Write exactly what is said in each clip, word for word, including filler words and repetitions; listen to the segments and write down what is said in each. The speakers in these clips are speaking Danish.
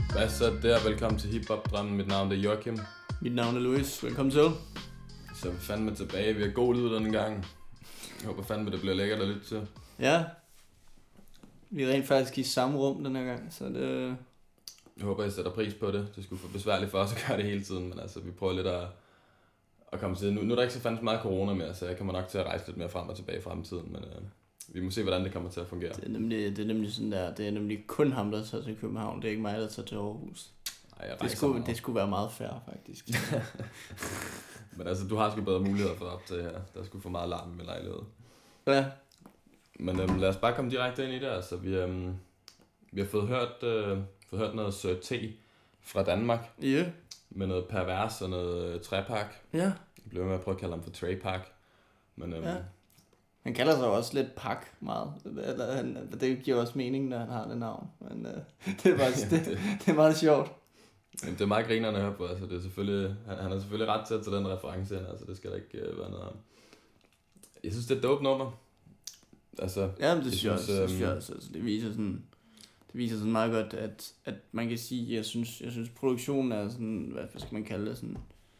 Hvad så der? Velkommen til Hip Hop Drømmen. Mit navn er Joachim. Mit navn er Louis. Velkommen til. Så vi fandme tilbage. Vi har god lyd denne gang. Jeg håber fandme, det bliver lækkert at lytte til. Ja. Vi er rent faktisk i samme rum den her gang, så det... Jeg håber, I sætter pris på det. Det skulle for besværligt for os at gøre det hele tiden, men altså, vi prøver lidt at, at komme til. Nu, nu er der ikke så fandme meget corona mere, så jeg kommer nok til at rejse lidt mere frem og tilbage i fremtiden, men øh, vi må se, hvordan det kommer til at fungere. Det er nemlig, det er nemlig sådan der, det er nemlig kun ham, der tager til København. Det er ikke mig, der tager til Aarhus. Ej, jeg det, skulle, det skulle være meget fair, faktisk. Men altså, du har sgu bedre muligheder for at optage her. Der er sgu for meget larm med lejlighed. Ja. Men øhm, lad os bare komme direkte ind i det. Altså, vi, øhm, vi har fået hørt, øh, fået hørt noget Sir T fra Danmark. Ja. Yeah. Med noget pervers og noget øh, træpak. Ja. Yeah. Jeg blev med at prøve at kalde ham for Treypak. Men øhm, ja. Han kalder sig også lidt Pak meget. Eller, han, det giver også mening, når han har det navn. Men øh, det, er bare, ja, det, det, det er meget sjovt. Det er meget grinerende at høre på. Altså, det er selvfølgelig, han, han har selvfølgelig ret til at tage den reference ind. Altså, det skal der ikke øh, være noget om. Jeg synes, det er et dope nummer. Altså, ja, men det synes jeg også. Øhm... Det, altså, det viser sådan... Det viser sådan meget godt, at, at man kan sige, jeg synes, jeg synes produktionen er sådan, hvad skal man kalde det, sådan,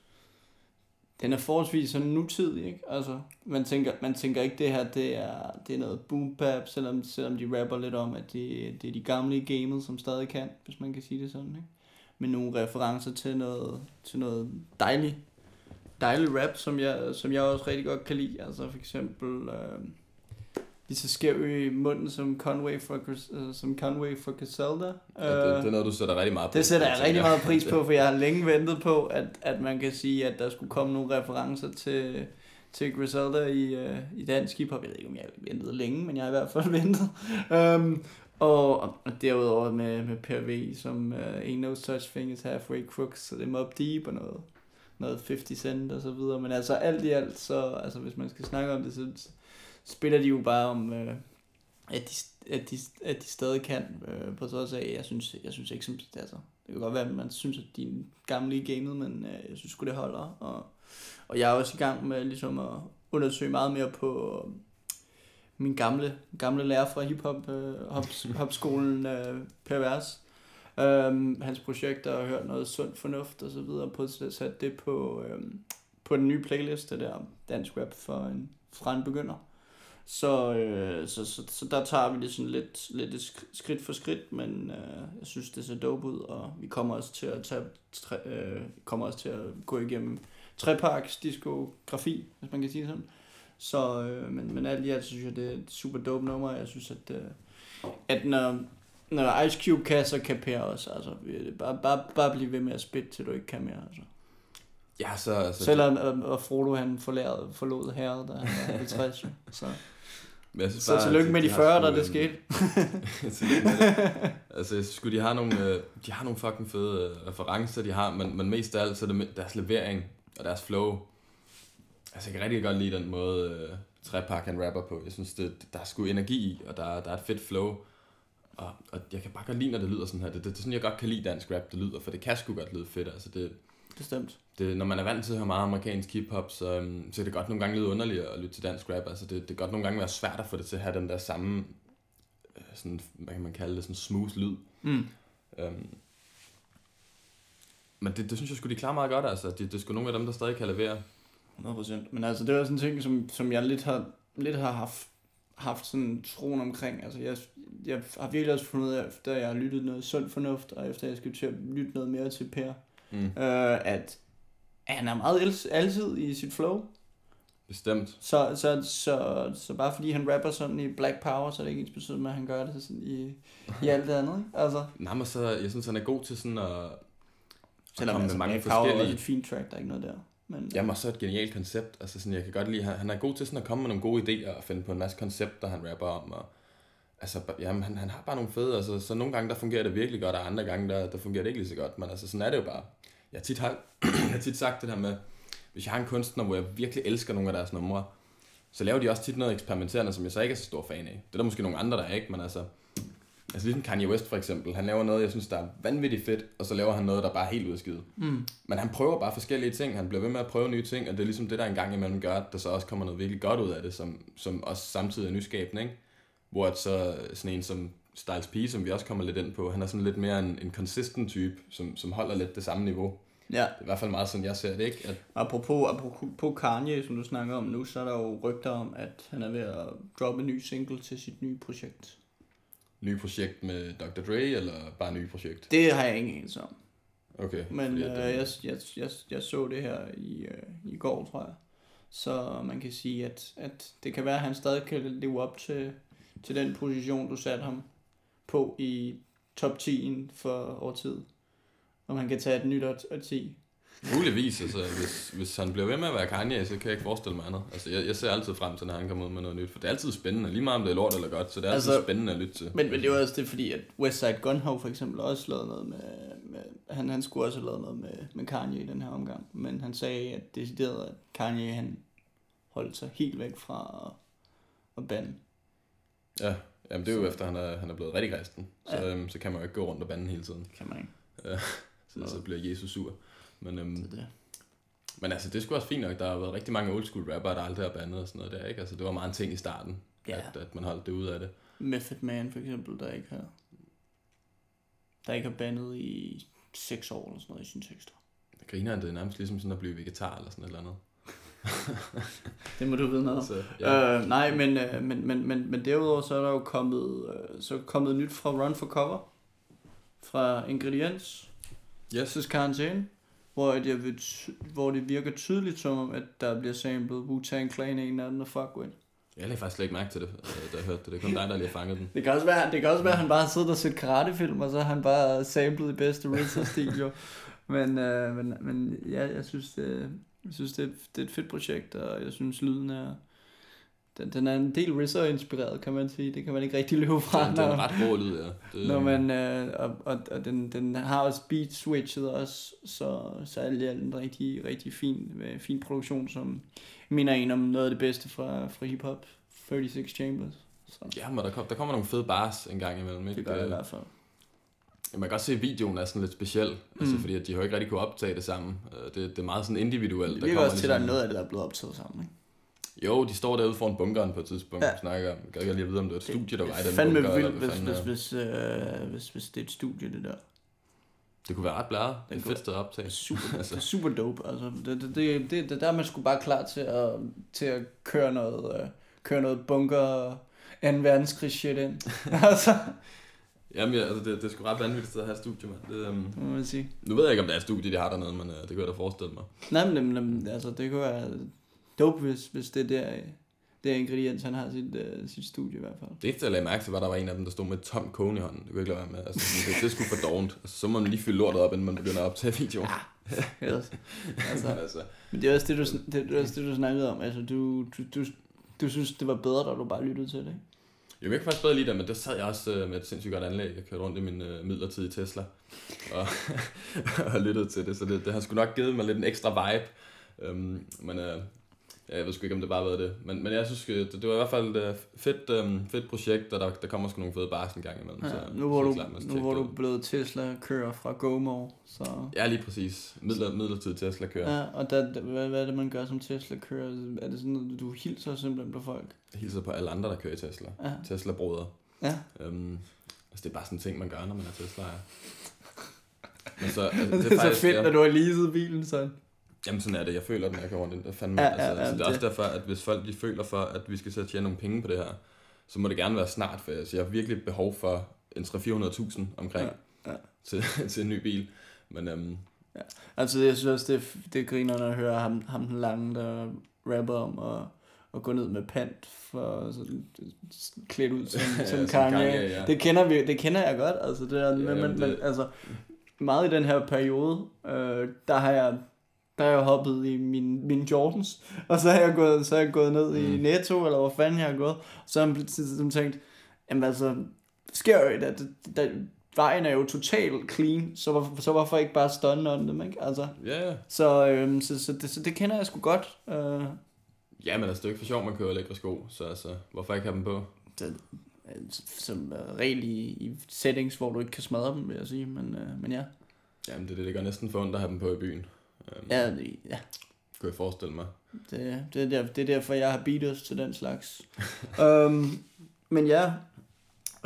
den er forholdsvis sådan nutidig, ikke? Altså, man tænker, man tænker ikke, det her, det er, det er noget boom bap, selvom, selvom de rapper lidt om, at det, det er de gamle i gamet, som stadig kan, hvis man kan sige det sådan, ikke? Med nogle referencer til noget, til noget dejligt, dejligt rap, som jeg, som jeg også rigtig godt kan lide, altså for eksempel... Øh, lige så skæv i munden som Conway for, uh, som Conway for Griselda. Ja, det, det er noget, du sætter rigtig meget pris på. Det sætter jeg rigtig meget pris på, for jeg har længe ventet på, at, at man kan sige, at der skulle komme nogle referencer til, til Griselda i, uh, i dansk hiphop. Jeg ved ikke, om jeg har ventet længe, men jeg har i hvert fald ventet. Um, og, og derudover med, med P V, som uh, Ain't No Such Thing as Halfway Crooks, så det er Mobb Deep og noget, noget halvtreds Cent og så videre. Men altså alt i alt, så altså, hvis man skal snakke om det, så spiller de jo bare om, øh, at, de, at, de, at de stadig kan, øh, på trods af, jeg synes, jeg synes ikke, som, altså, det kan godt være, at man synes, at de er gamle i gamet, men øh, jeg synes sgu, det holder, og, og jeg er også i gang med ligesom at undersøge meget mere på øh, min gamle, gamle lærer fra hiphop, øh, hops, hopskolen, øh, Pervers, øh, hans projekter, og hørt noget sund fornuft og så videre, på at sætte det på, øh, på den nye playlist, det der dansk rap for en, fra en begynder. Så, øh, så, så, så der tager vi det sådan lidt, lidt skridt for skridt, men øh, jeg synes, det ser dope ud, og vi kommer også til at, tage, tre, øh, kommer også til at gå igennem treparks diskografi, hvis man kan sige det sådan. Så, øh, men, men alt i alt synes jeg, det er et super dope nummer. Jeg synes, at, øh, at når, når Ice Cube kan, så kan Per også. Altså, bare, bare, bare blive ved med at spit, til du ikke kan mere. Altså. Ja, så... så Selvom det... og Frodo, han forlod, forlod herret, da han var halvtreds. Så... Men synes så bare, tillykke med de, de fyrre, da det skete. Altså, jeg synes, de har nogle, de har nogle fucking fede referencer, de har, men, men mest af alt, så er det deres levering og deres flow. Altså, jeg kan rigtig godt lide den måde, uh, Trepak han rapper på. Jeg synes, det, der er sgu energi i, og der, der er et fedt flow. Og, og jeg kan bare godt lide, når det lyder sådan her. Det, det, det er sådan, jeg godt kan lide dansk rap, det lyder, for det kan sgu godt lyde fedt. Altså, det... Bestemt. Det, når man er vant til at høre meget amerikansk hiphop, så, um, så er det godt nogle gange lidt underligt at lytte til dansk rap. Altså det, det er godt nogle gange være svært at få det til at have den der samme, øh, sådan, hvad kan man kalde det, sådan smooth lyd. Mm. Um, men det, det synes jeg sgu, de klarer meget godt. Altså. Det, det er sgu nogle af dem, der stadig kan levere. hundrede procent. Men altså, det er sådan en ting, som, som jeg lidt har, lidt har haft, haft sådan troen omkring. Altså, jeg, jeg har virkelig også fundet ud af, efter jeg har lyttet noget sund fornuft, og efter jeg skal til at lytte noget mere til Per, mm. øh, at han er meget altid i sit flow. Bestemt. Så, så, så, så bare fordi han rapper sådan i Black Power, så er det ikke ens betydning med, at han gør det sådan i, i alt det andet. Ikke? Altså. Nej, men så, jeg synes, han er god til sådan at, at selvom komme altså, med mange Black forskellige... Power er også et fint track, der er ikke noget der. Men, jamen, så et genialt koncept. Altså, sådan, jeg kan godt lide, han, han er god til sådan at komme med nogle gode idéer og finde på en masse koncepter, han rapper om. Og, altså, jamen, han, han har bare nogle fede, altså, så nogle gange der fungerer det virkelig godt, og andre gange der, der fungerer det ikke lige så godt. Men altså, sådan er det jo bare. Jeg har tit, har, jeg har tit sagt det der med, hvis jeg har en kunstner, hvor jeg virkelig elsker nogle af deres numre, så laver de også tit noget eksperimenterende, som jeg så ikke er så stor fan af. Det er der måske nogle andre, der er ikke, men altså... Altså ligesom Kanye West for eksempel, han laver noget, jeg synes, der er vanvittigt fedt, og så laver han noget, der bare er helt udskidt. Mm. Men han prøver bare forskellige ting, han bliver ved med at prøve nye ting, og det er ligesom det, der engang imellem gør, at der så også kommer noget virkelig godt ud af det, som, som også samtidig er nyskabende, ikke? Hvor at så sådan en som Styles P, som vi også kommer lidt ind på, han er sådan lidt mere en, en consistent type, som, som holder lidt det samme niveau. Ja. Det er i hvert fald meget sådan, jeg ser det, ikke? At... Apropos, apropos Kanye, som du snakker om nu, så er der jo rygter om, at han er ved at droppe en ny single til sit nye projekt. Nye projekt med doktor Dre, eller bare nye projekt? Det har jeg ingen anelse om. Okay. Men fordi, øh, det... jeg, jeg, jeg, jeg så det her i, øh, i går, tror jeg. Så man kan sige, at, at det kan være, at han stadig kan leve op til, til den position, du satte ham på i top ti for årtid. Om han kan tage et nyt årti. Muligvis, altså, hvis, hvis han bliver ved med at være Kanye, så kan jeg ikke forestille mig andet. Altså, jeg, jeg ser altid frem til, når han kommer ud med noget nyt, for det er altid spændende, lige meget om det er lort eller godt, så det er altid altså, spændende at lytte til. Men, men det var også det, fordi at Westside Gunn har for eksempel også lavet noget med, med han, han skulle også have lavet noget med, med Kanye i den her omgang, men han sagde, at decideret, at Kanye, han holdt sig helt væk fra at, at bande. Ja, jamen det er jo så, efter, han er, han er blevet rigtig kristen, så, ja. øhm, så kan man jo ikke gå rundt og bande hele tiden. Kan man ikke. Ja, så, så bliver Jesus sur. Men, øhm, det det. men altså, det skulle også fint nok. Der har været rigtig mange old school rappere, der aldrig har bandet og sådan noget der, ikke? Altså, det var meget en ting i starten, ja. at, at man holdt det ud af det. Method Man for eksempel, der ikke har, der ikke har bandet i seks år eller sådan noget i sine tekster. Det griner han, det er nærmest ligesom sådan at blive vegetar eller sådan et eller andet. Det må du vide noget. Så, ja. øh, nej, men, øh, men, men, men, men derudover så er der jo kommet, øh, så er kommet nyt fra Run for Cover, fra Ingrediens, yes. Yes. Karantæne, hvor det, vil, hvor det virker tydeligt som om, at der bliver samlet Wu-Tang Clan en af den og fuck with. Jeg lagde faktisk slet ikke mærke til det, da jeg hørte det. Det er kun dig, der lige har fanget den. Det kan også være, det kan også være at han bare har siddet og set karatefilm, og så har han bare samlet i bedste RZA-stil, jo. Men, øh, men, men ja, jeg synes, det, jeg synes det, er, det er et fedt projekt, og jeg synes, lyden er... Den, den er en del R Z A-inspireret, kan man sige. Det kan man ikke rigtig løbe fra. Den, den er ret rå lyd, ja. Det, når man, øh, og og, og den, den har også beat-switchet også, så, så er det en rigtig, rigtig fin, øh, fin produktion, som minder en om noget af det bedste fra, fra hip-hop, treogtredive Chambers. Så. Ja, men der, kom, der kommer nogle fede bars en gang imellem, ikke? Det gør det i hvert fald. Man kan godt se, at videoen er sådan lidt speciel, mm. altså, fordi at de har ikke rigtig kunne optage det sammen. Det, det er meget sådan individuelt. Det virker også til, at der er noget af det, der er blevet optaget sammen, ikke? Jo, de står derude foran bunkeren på et tidspunkt og ja. snakker. Jeg kan ikke lige vide, om det er et studie, der var i den fandme bunker. Vildt, hvis, hvis, hvis, øh, hvis, hvis det er et studie, det der. Det kunne være ret blæret. Det er et fedt sted at optage. Super, altså. Det er super dope. Altså, det, det, det, det, det der er man sgu bare klar til at, til at køre noget, uh, køre noget bunker anden verdenskrig shit ind. altså. Jamen ja, altså det, det er sgu ret vanvittigt at have et studie, mand. Det, um... må man sige. Nu ved jeg ikke, om det er et studie, de har dernede, men uh, det kan jeg da forestille mig. Nej, men, men altså, det kunne være dope, hvis, hvis det er der, det er Ingrediens, han har sit, uh, sit studie i hvert fald. Det eneste, jeg lagde mærke til, var, der var en af dem, der stod med et tom kone i hånden. Det kunne ikke lade være med. Altså, det, det er sgu for dovent. Altså, så må man lige fylde lortet op, inden man begynder at optage videoen. Ja, yes. altså, altså. Men det er også det, du, det, det, er også det, du snakkede om. Altså, du, du, du, du synes, det var bedre, da du bare lyttede til det, ikke? Jeg kan faktisk bedre lide det, men der sad jeg også uh, med et sindssygt godt anlæg. Jeg kørte rundt i min uh, midlertidige Tesla og, og lyttede til det, så det, det har sgu nok givet mig lidt en ekstra vibe. Um, men uh, jeg ved sgu ikke, om det bare har været det. Men, men jeg synes, det, det var i hvert fald et fedt, um, fedt projekt, og der, der kommer sgu nogle fede bars en gang imellem. Ja, så, nu hvor du, klar, nu hvor du er blevet Tesla-kører fra GoMore, så... Ja, lige præcis. Midler, midlertidig Tesla-kører. Ja, og der, hvad, hvad er det, man gør som Tesla-kører? Er det sådan, at du hilser simpelthen på folk? Jeg hilser på alle andre, der kører i Tesla. Ja. Tesla-brødre. Ja. Um, altså, det er bare sådan en ting, man gør, når man er Tesla-ejer. Men så, altså, det er, det er faktisk, så fedt, ja. Når du har leaset bilen, så... Jamen sådan er det, jeg føler den, jeg kan rundt den. Det er, fandme, ja, altså, ja, ja, altså, det er det. også derfor, at hvis folk de føler for, at vi skal sætte tjene nogle penge på det her, så må det gerne være snart, for altså, jeg har virkelig behov for en tre til fire hundrede tusind omkring ja, ja. Til, til en ny bil. Men, øhm, ja. Altså jeg synes også, det, det griner, når jeg hører ham, ham den lange, der rapper om at, at gå ned med pant for sådan, klædt ud som, ja, som Kanye. Kanye ja. Det kender vi, det kender jeg godt, altså det der, ja, men, men, det... men altså meget i den her periode, øh, der har jeg der har jeg hoppet i min, min Jordans, og så har jeg gået, så har jeg gået ned mm. i Netto, eller hvor fanden jeg har gået, så har jeg tænkt, jamen altså, sker jo at der, vejen er jo totalt clean, så, hvor, så hvorfor ikke bare stunne on dem, ikke? Altså, yeah. så, øhm, så, så, det, så det kender jeg sgu godt. Uh, ja, men altså, det er ikke for sjovt, man kører lækre sko, så altså, hvorfor ikke have dem på? Det, som regel i, i settings, hvor du ikke kan smadre dem, vil jeg sige, men, uh, men ja. Jamen, det er det, det gør næsten for ondt at have dem på i byen. Um, ja, det, ja. Kunne jeg forestille mig. Det, det, er der, det er derfor, jeg har beaters til den slags. um, men ja,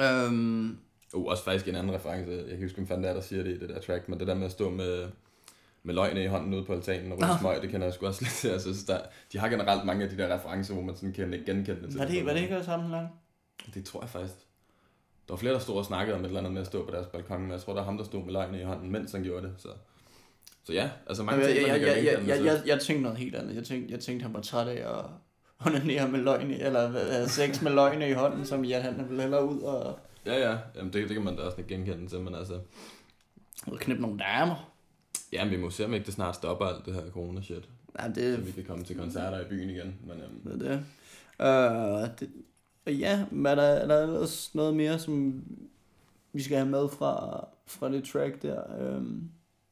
Øhm, Uh, også faktisk en anden reference. Jeg kan huske, hvem fanden det er, der siger det i det der track, men det der med at stå med, med løgne i hånden ude på altanen og ryge smøg, det kender jeg sgu også lidt til. Jeg synes, der, de har generelt mange af de der referencer, hvor man sådan kan genkende det til. Var det, var det ikke også sammen lang? Det tror jeg faktisk. Der var flere, der stod og snakkede om et eller andet med at stå på deres balkon, men jeg tror, der er ham, der stod med løgne i hånden, mens han gjorde det. Så, så ja, altså mange jeg, ting, jeg, man jeg, kan jeg, genkende. jeg, jeg, jeg tænkte noget helt andet. Jeg tænkte, jeg tænkte han var træt af at onanere med løgne, eller have sex med løgne i hånden, som i at han ville hellere ud og... Ja, ja, jamen, det, det kan man da også ikke genkende til, men altså... Og knippe nogle damer. Ja, men vi må se, om ikke det snart stopper alt det her corona-shit. Ja, det... Så vi kan komme til koncerter i byen igen, men... Øhm... Det er det. Uh, det... Og ja, men er der, er der ellers noget mere, som vi skal have med fra, fra det track der? Um...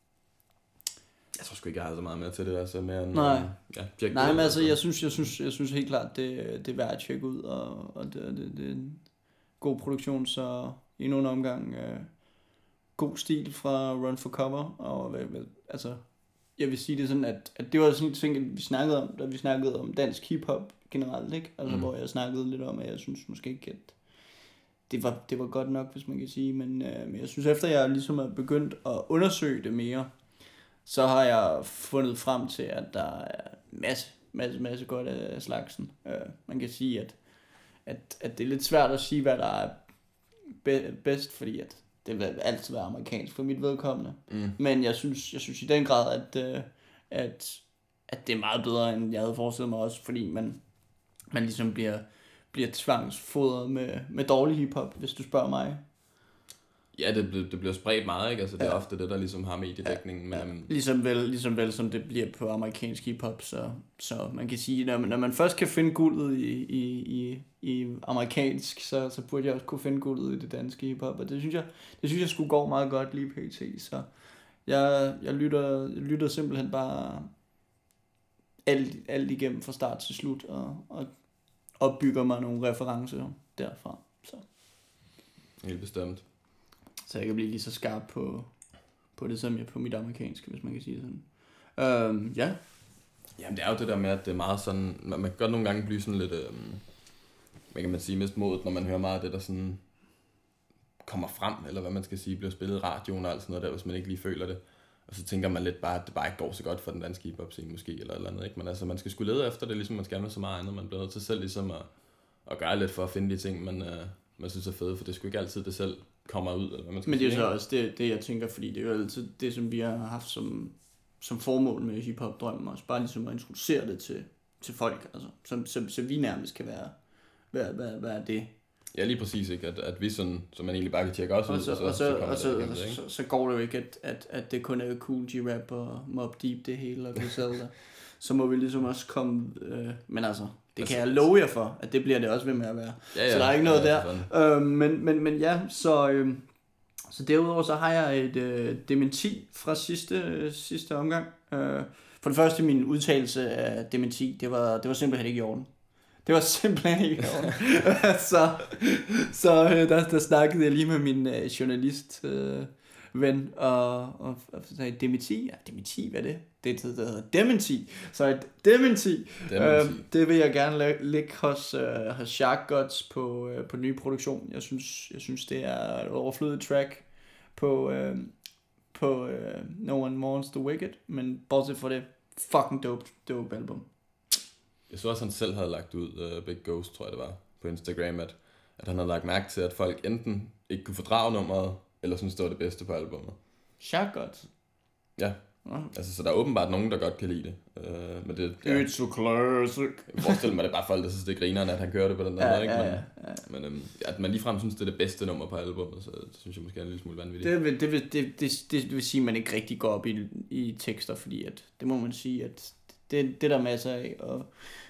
Jeg tror sgu ikke, jeg har så meget mere til det der, så mere end... Nej, ja, tjek Nej det, men altså, jeg synes, jeg synes, jeg synes helt klart, det, det er værd at tjekke ud, og, og det, det, det er en god produktion, så i nogle omgang uh, god stil fra Run for Cover, og altså, jeg vil sige det sådan, at, at det var sådan en ting, vi snakkede om, da vi snakkede om dansk hiphop generelt, ikke? Altså, mm. hvor jeg snakkede lidt om, at jeg synes måske ikke, at det var, det var godt nok, hvis man kan sige, men, uh, men jeg synes, efter jeg ligesom er begyndt at undersøge det mere, så har jeg fundet frem til, at der er masse, masse, masse godt af slagsen. Uh, man kan sige, at, at, at det er lidt svært at sige, hvad der er be- bedst, fordi at det vil altid være amerikansk for mit vedkommende. Mm. Men jeg synes, jeg synes i den grad, at, uh, at, at det er meget bedre, end jeg havde forestillet mig også, fordi man, man ligesom bliver, bliver tvangsfodret med, med dårlig hiphop, hvis du spørger mig. Ja, det, det bliver spredt meget, ikke? Altså, det er ja. ofte det, der ligesom har mediedækningen. Ja, men... ja. Ligesom, vel, ligesom vel, som det bliver på amerikansk hiphop, så, så man kan sige, når man, når man først kan finde guldet i, i, i, i amerikansk, så, så burde jeg også kunne finde guldet i det danske hiphop, og det synes jeg, det synes jeg skulle gå meget godt lige pt. Så jeg, jeg, lytter, jeg lytter simpelthen bare alt, alt igennem fra start til slut, og, og opbygger mig nogle referencer derfra. Så. Helt bestemt. Så jeg kan blive lige så skarp på, på det, som jeg på mit amerikanske, hvis man kan sige det sådan. Øhm, ja. Jamen det er jo det der med, at det er meget sådan, man kan godt nogle gange blive sådan lidt, øhm, hvad kan man sige, mest modet, når man hører meget af det, der sådan kommer frem, eller hvad man skal sige, bliver spillet i radioen og alt sådan noget der, hvis man ikke lige føler det. Og så tænker man lidt bare, at det bare ikke går så godt for den danske hiphop-scene måske, eller et eller andet, ikke? Men altså, man skal sgu lede efter det, ligesom man skal med så meget andet. Man bliver nødt til selv ligesom at, at gøre lidt for at finde de ting, man, øh, man synes er fede, for det er sgu ikke altid det selv kommer ud, eller hvad man skal. Men det er sige, så også det, det, jeg tænker, fordi det er jo altid det, som vi har haft som, som formål med hiphop-drømmen også, bare ligesom at introducere det til, til folk, altså, så, så, så vi nærmest kan være, være, være, være det. Ja, lige præcis, ikke? At, at vi sådan, så man egentlig bare kan tjekke også ud, og så, og så, og så, så, og så, det, og så, så, så går det jo ikke, at, at, at det kun er Cool G-Rap og Mobb Deep det hele, og Griselda. Så må vi ligesom også komme, øh, men altså, det kan jeg love jer for, at det bliver det også ved med at være. Ja, ja, så der er ikke noget ja, der. Øh, men, men, men ja, så, øh, så derudover så har jeg et øh, dementi fra sidste, øh, sidste omgang. Øh, for det første, min udtalelse af dementi, det var, det var simpelthen ikke i orden. Det var simpelthen ikke i orden. så så øh, der, der snakkede jeg lige med min øh, journalist øh, ven, og, og, og sagde, dementi? Ja, dementi, hvad er det? Det, det, det hedder dementi. Så et dementi, dementi. Øh, det vil jeg gerne læ- lægge hos, øh, hos Shark Gods på, øh, på ny produktion. Jeg synes, jeg synes, det er et overflødigt track på, øh, på øh, No One Mourns the Wicked, men bortset fra det, fucking dope, dope album. Jeg så også, han selv havde lagt ud, uh, Big Ghost, tror jeg det var, på Instagram, at, at han havde lagt mærke til, at folk enten ikke kunne fordrage nummeret, eller synes det var det bedste på albumet. Shark Gods? Ja. Uh-huh. Altså, så der er åbenbart nogen, der godt kan lide det. Uh, men det ja, It's a classic. Jeg forestiller mig, det er bare folk, der synes, det er grineren, at han kører det på den der ja, måde, ikke? Ja, men, ja, ja. men øhm, at man ligefrem synes, det er det bedste nummer på albumet, så det synes jeg måske er en lille smule vanvittigt. Det vil, det vil, det, det, det vil sige, at man ikke rigtig går op i, i tekster, fordi at, det må man sige, at det, det er der masser af, og,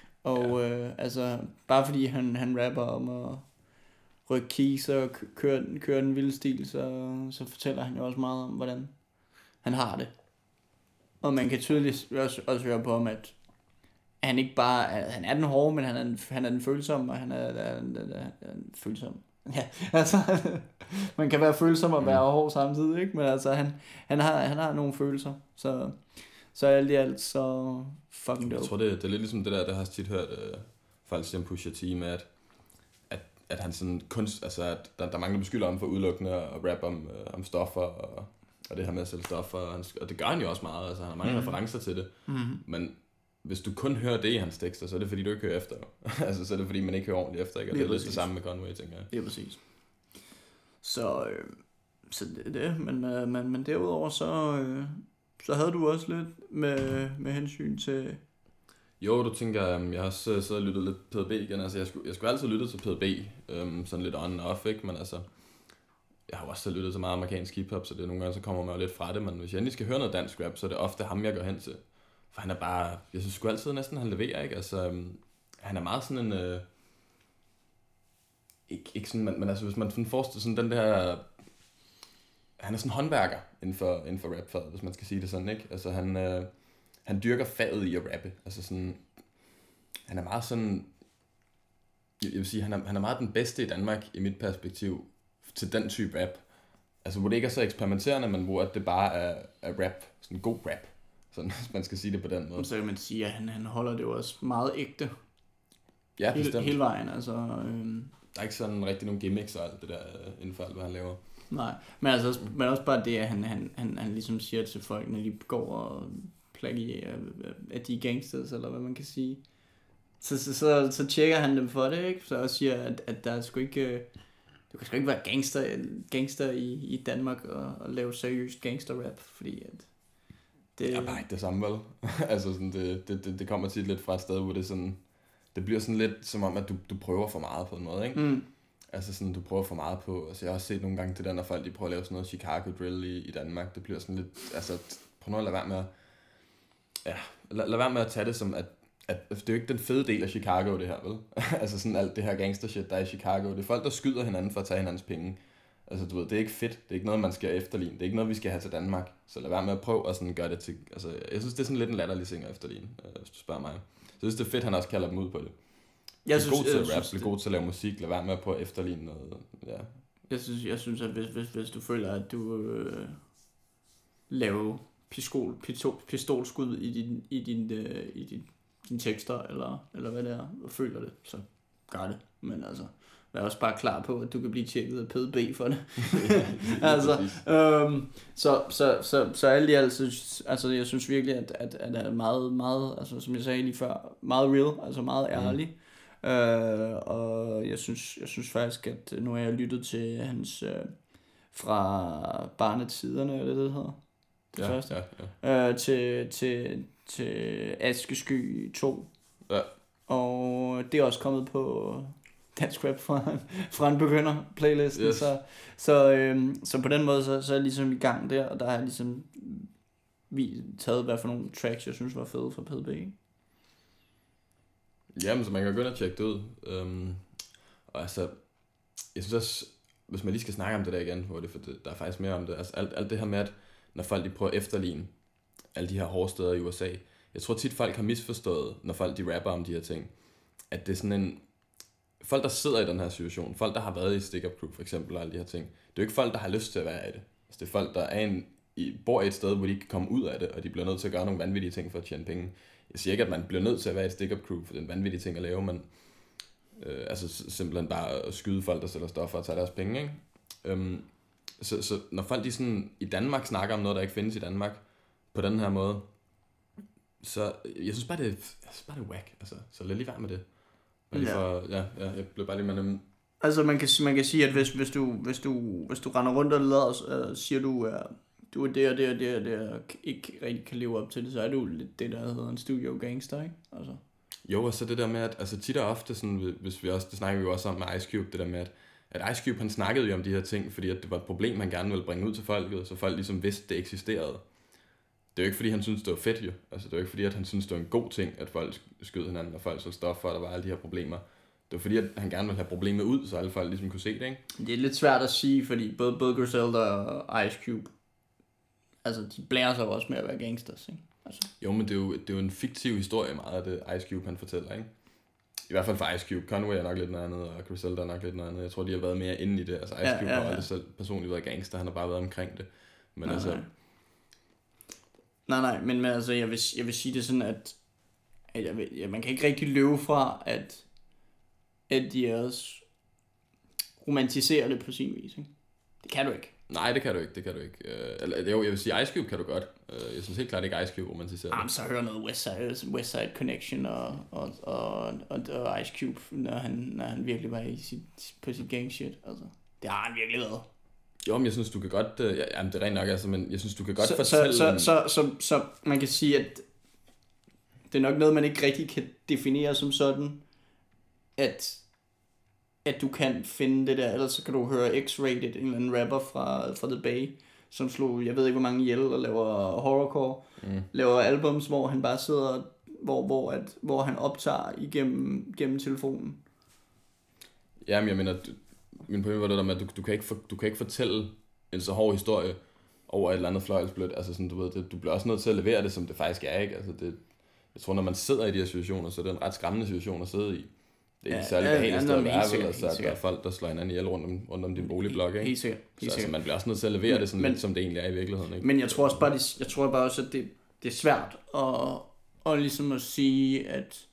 og ja. øh, altså, bare fordi han, han rapper om at rykke keys og køre, køre den vilde stil, så, så fortæller han jo også meget om, hvordan han har det. Og man kan tydeligt også, også høre på ham, at han ikke bare, han er den hårde, men han er den, han er den følsomme, og han er, er, er, er, er den følsom. Ja, altså, man kan være følsom og være hård samtidig, ikke? Men altså, han, han, har, han har nogle følelser, så, så alt i alt, så fucking dope. Jeg tror, det, det er lidt ligesom det der, der har tit hørt uh, folk sige om Pusha T med, at, at at han sådan kunst, altså at der, der er mange, der beskylder ham for udelukkende at rappe om, øh, om stoffer, og, og det her med at sælge stoffer, og, han, og det gør han jo også meget, altså han har mange mm. referencer til det, mm. men hvis du kun hører det i hans tekster, så er det fordi, du ikke hører efter. altså, så er det fordi, man ikke hører ordentligt efter, ikke? Og det er lidt det samme med Conway, tænker jeg. Det er præcis. Så, øh, så det er det, men, øh, men, men derudover, så, øh, så havde du også lidt med, med hensyn til... Jo, du tænker, jeg har også siddet og lyttet lidt P D B igen, altså jeg skulle, jeg skulle altid lytte til P D B, øhm, sådan lidt on and off, ikke? Men altså, jeg har også lyttet til meget amerikansk hiphop, så det er nogle gange, så kommer man jo lidt fra det, men hvis jeg endelig skal høre noget dansk rap, så er det ofte ham, jeg går hen til. For han er bare, jeg synes sgu altid næsten, han leverer, ikke? Altså, øhm, han er meget sådan en, øh, ikke, ikke sådan, men, men altså, hvis man sådan forestiller sådan den der, han er sådan en håndværker inden for, inden for rap-faget, hvis man skal sige det sådan, ikke? Altså, han, øh, han dyrker faget i at rappe, altså sådan, han er meget sådan, jeg vil sige, han er, han er meget den bedste i Danmark, i mit perspektiv, til den type rap. Altså, hvor det ikke er så eksperimenterende, men hvor det bare er, er rap, sådan god rap. Sådan, hvis man skal sige det på den måde. Så kan man sige, at han, han holder det jo også meget ægte. Ja, hele, hele vejen, altså. Øhm. Der er ikke sådan rigtig nogen gimmicks og alt det der inden for alt, hvad han laver. Nej, men altså, men også bare det, at han, han, han, han ligesom siger til folk, når de går og plagierer, at de er gangsters, eller hvad man kan sige. Så, så, så, så tjekker han dem for det, ikke? Så også siger, at, at der er sgu ikke... Du kan sgu ikke være gangster, gangster i, i Danmark og, og lave seriøst gangster-rap, fordi at... Det er bare ikke det samme, vel? altså sådan, det, det, det, det kommer tit lidt fra et sted, hvor det sådan... Det bliver sådan lidt som om, at du, du prøver for meget på en måde, ikke? Mm. Altså sådan, du prøver for meget på... Altså jeg har også set nogle gange det der, når folk de prøver at lave sådan noget Chicago drill i, i Danmark. Det bliver sådan lidt... Altså prøv nu at lade være med at... Ja, lad, lad være med at tage det som, at, at det er jo ikke den fede del af Chicago, det her, vel? altså sådan alt det her gangster shit, der er i Chicago. Det er folk, der skyder hinanden for at tage hinandens penge. Altså du ved, det er ikke fedt. Det er ikke noget, man skal efterligne. Det er ikke noget, vi skal have til Danmark. Så lad være med at prøve at sådan gøre det til... Altså jeg synes, det er sådan lidt en latterlig ting at efterligne, hvis du spørger mig. Så jeg synes, det er fedt, han også kalder dem ud på det. Jeg er god til at rap, er god til at lave musik. Lad være med at prøve at efterligne noget. Ja. Jeg synes, jeg synes at hvis, hvis, hvis du føler, at du øh, laver pistol, pistol, pistolskud i din, i din, øh, i din, din tekster, eller, eller hvad det er, og føler det, så gør det. Men altså, vær også bare klar på, at du kan blive tjekket af P D B for det. altså, øhm, så, så, så, så alt i alt, altså jeg synes virkelig, at, at, at det er meget, meget, altså som jeg sagde lige før, meget real, altså meget ærlig. Mm. Uh, og jeg synes, jeg synes faktisk, at nu har jeg lyttet til hans uh, fra Barnetiderne, eller det, det hedder, det ja, første, ja, ja. Uh, til, til, til Askesky to, ja. Og det er også kommet på dansk rap fra, fra en begynder playlisten, yes. så, så, øhm, så på den måde, så, så er jeg ligesom i gang der, og der har jeg ligesom vi taget hvad for nogle tracks, jeg synes var fede fra P D B, ikke? Jamen, så man kan gå ind og tjekke det ud. Um, og altså, jeg synes også, hvis man lige skal snakke om det der igen, hvor det, for det, der er faktisk mere om det, altså alt, alt det her med, at når folk de prøver at efterligne alle de her hårde steder i U S A, jeg tror tit folk har misforstået, når folk de rapper om de her ting, at det er sådan en, folk der sidder i den her situation, folk der har været i Stick Up Crew for eksempel, og alle de her ting, det er jo ikke folk, der har lyst til at være i det. Altså, det er folk, der er en, i, bor i et sted, hvor de ikke kan komme ud af det, og de bliver nødt til at gøre nogle vanvittige ting for at tjene penge. Jeg siger ikke, at man bliver nødt til at være et stick-up crew, for det er en vanvittig ting at lave, men øh, altså simpelthen bare at skyde folk, der sælger stoffer og tage deres penge, ikke? Øhm, så, så når folk de sådan i Danmark snakker om noget, der ikke findes i Danmark, på den her måde, så jeg synes bare, det er, jeg synes bare, det er whack, altså, så lad lige være med det. Ja. For, ja, ja, jeg blev bare lige med dem. Altså man kan, man kan sige, at hvis, hvis, du, hvis, du, hvis du render rundt og lader, øh, siger du, øh, du er det og det og det og det, og ikke rigtig kan leve op til det, så er du lidt det, der hedder en studio gangster, ikke? Altså. Jo, og så det der med, at altså tit og ofte, sådan, hvis vi også, det snakker vi jo også om med Ice Cube, det der med, at, at Ice Cube, han snakkede jo om de her ting, fordi at det var et problem, han gerne ville bringe ud til folket, så folk ligesom vidste, det eksisterede. Det er jo ikke, fordi han synes det var fedt, jo. Altså, det er jo ikke, fordi at han synes det var en god ting, at folk skød hinanden, og folk så stoffer, og der var alle de her problemer. Det var fordi, at han gerne ville have problemet ud, så alle folk ligesom kunne se det, ikke? Det er lidt svært at sige, fordi både, både Griselda og Ice Cube, altså de blærer sig også med at være gangsters, ikke? Altså. Jo, men det er, jo, det er jo en fiktiv historie meget af det, Ice Cube han fortæller, ikke? I hvert fald for Ice Cube. Conway er nok lidt noget andet, og Griselda er nok lidt noget andet. Jeg tror, de har været mere inde i det. Altså Ice ja, Cube ja, ja. har aldrig selv personligt været gangster, han har bare været omkring det. Men nej, altså... Nej, nej, nej men, men altså, jeg vil, jeg vil sige det sådan, at, at jeg vil, ja, man kan ikke rigtig løbe fra, at Eddie også romantisere det på sin vis, ikke? Det kan du ikke. Nej, det kan du ikke, det kan du ikke. Øh, eller, jo, jeg vil sige, Ice Cube kan du godt. Øh, jeg synes helt klart ikke, Ice Cube romantiserer Jamen, så hører noget West Side, West Side Connection og, og, og, og, og Ice Cube, når han, når han virkelig var i sit, på sit gang shit. Altså, det har han virkelig været. Jo, men jeg synes, du kan godt... Øh, ja, jamen, det er rent nok, altså, men jeg synes, du kan godt så, fortælle... Så, så, så, så, så man kan sige, at det er nok noget, man ikke rigtig kan definere som sådan, at, at du kan finde det der, ellers så kan du høre X-Rated, en eller anden rapper fra, fra The Bay, som slog, jeg ved ikke hvor mange ihjel, og laver horrorcore, mm. laver albums, hvor han bare sidder, hvor, hvor, at, hvor han optager igennem gennem telefonen. Jamen, jeg mener, du, min pointe var det der med, at du, du, kan ikke for, du kan ikke fortælle en så hård historie over et eller andet fløjelsblødt. Altså sådan, du ved, det, du bliver også nødt til at levere det, som det faktisk er, ikke? Altså det, jeg tror, når man sidder i de her situationer, så er det en ret skræmmende situation at sidde i. Det er ikke ja, særlig behageligt ja, sted at være, vel, altså, at der er folk, der slår hinanden ihjel rundt om, rundt om din boligblok, ikke? Helt sikkert. Helt så altså, man bliver også nødt til at levere men, det sådan men, lidt, som det egentlig er i virkeligheden, ikke? Men jeg tror også bare, det, jeg tror bare også, at det, det er svært at, at ligesom at sige, at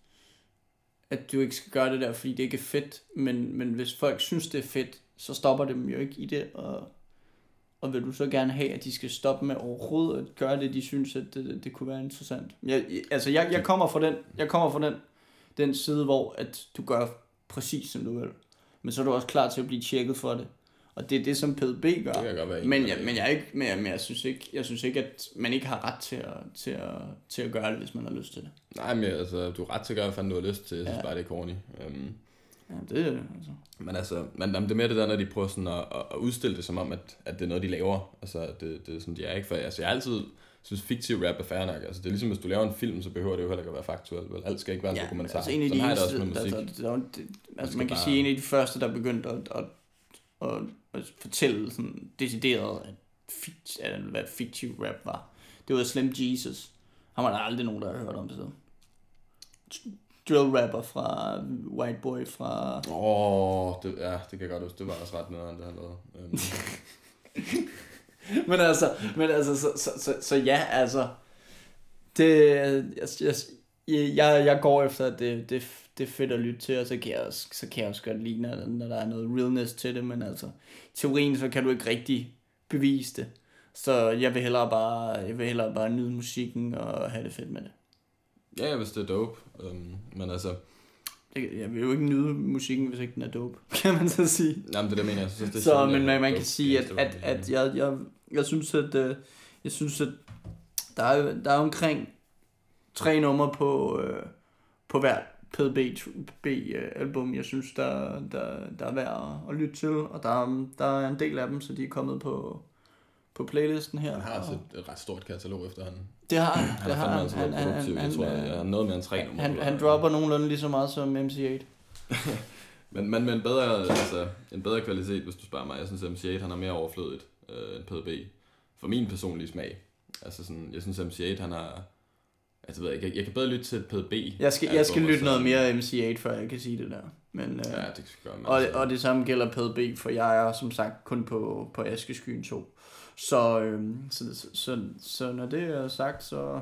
at du ikke skal gøre det der, fordi det ikke er fedt, men, men hvis folk synes, det er fedt, så stopper dem jo ikke i det, og, og vil du så gerne have, at de skal stoppe med overhovedet at gøre det, de synes, at det, det kunne være interessant. Jeg, altså, jeg, jeg kommer fra den, jeg kommer fra den, den side, hvor at du gør præcis, som du vil, men så er du også klar til at blive tjekket for det. Og det er det, som P D B gør. Det kan godt være men, jeg, men, jeg ikke, men, jeg, men jeg, synes ikke, jeg synes ikke, at man ikke har ret til at, til at, til at gøre det, hvis man har lyst til det. Nej, men altså, du har ret til at gøre, hvad fanden du har lyst til. Jeg synes ja. bare, det er corny. Um, ja, det er det, altså. Men altså, man, det er mere det der, når de prøver sådan at, at udstille det som om, at, at det er noget, de laver. Altså, det, det er sådan, de er ikke. For altså, jeg har altid synes, fiktiv rap er fair nok. Altså, det er ligesom, hvis du laver en film, så behøver det jo heller ikke at være faktuelt. Vel? Alt skal ikke være en ja, dokumentar. Altså, en af de sådan har jeg det eneste, også med musik. Der, der, der, der, altså, man kan bare sige, en af de første, der begyndte at, at, at, at fortælle sådan decideret, at, fikt, at hvad fiktiv rap var. Det var Slim Jesus. Han var der aldrig nogen, der har hørt om det siden. Drill rapper fra White Boy fra... Åh, oh, ja, det kan jeg godt huske. Det var også ret nederen, det han lavede. Um. men altså, men altså så, så, så, så ja, altså... Det, jeg, jeg, jeg, jeg går efter, at det, det, det er fedt at lytte til, og så kan jeg også, så kan jeg også godt lide, når, når der er noget realness til det, men altså... Teorien, så kan du ikke rigtig bevise det. Så jeg vil hellere bare, jeg vil hellere bare nyde musikken og have det fedt med det. Ja, hvis det er dope. Um, men altså... Jeg vil jo ikke nyde musikken, hvis ikke den er dope, kan man så sige. Jamen, det der mener jeg. Så, det er så men man, man kan sige, at, at, at jeg, jeg, jeg synes, at, uh, jeg synes, at der er, der er omkring tre numre på, uh, på hvert P D B-album, jeg synes, der, der, der er værd at lytte til. Og der, der er en del af dem, så de er kommet på, på playlisten her. Han har altså et ret stort katalog efterhånden. Det har han. Han det har han. Altså han, han, han, jeg tror, jeg har noget mere end tre numre. Han, han dropper nogenlunde lige så meget som M C otte. men, men med en bedre, altså, en bedre kvalitet, hvis du spørger mig. Jeg synes, at M C otte han er mere overflødigt øh, end P D B. For min personlige smag. Altså sådan, jeg synes, at M C otte han er... Altså, ved jeg, jeg, jeg kan bedre lytte til et P D B. Jeg skal, jeg skal lytte noget mere M C otte, før jeg kan sige det der. Men, ja, det skal gøre. Og, og det samme gælder P D B, for jeg er som sagt kun på, på Askeskyen to. Så, øhm, så, så, så, så når det er sagt, så...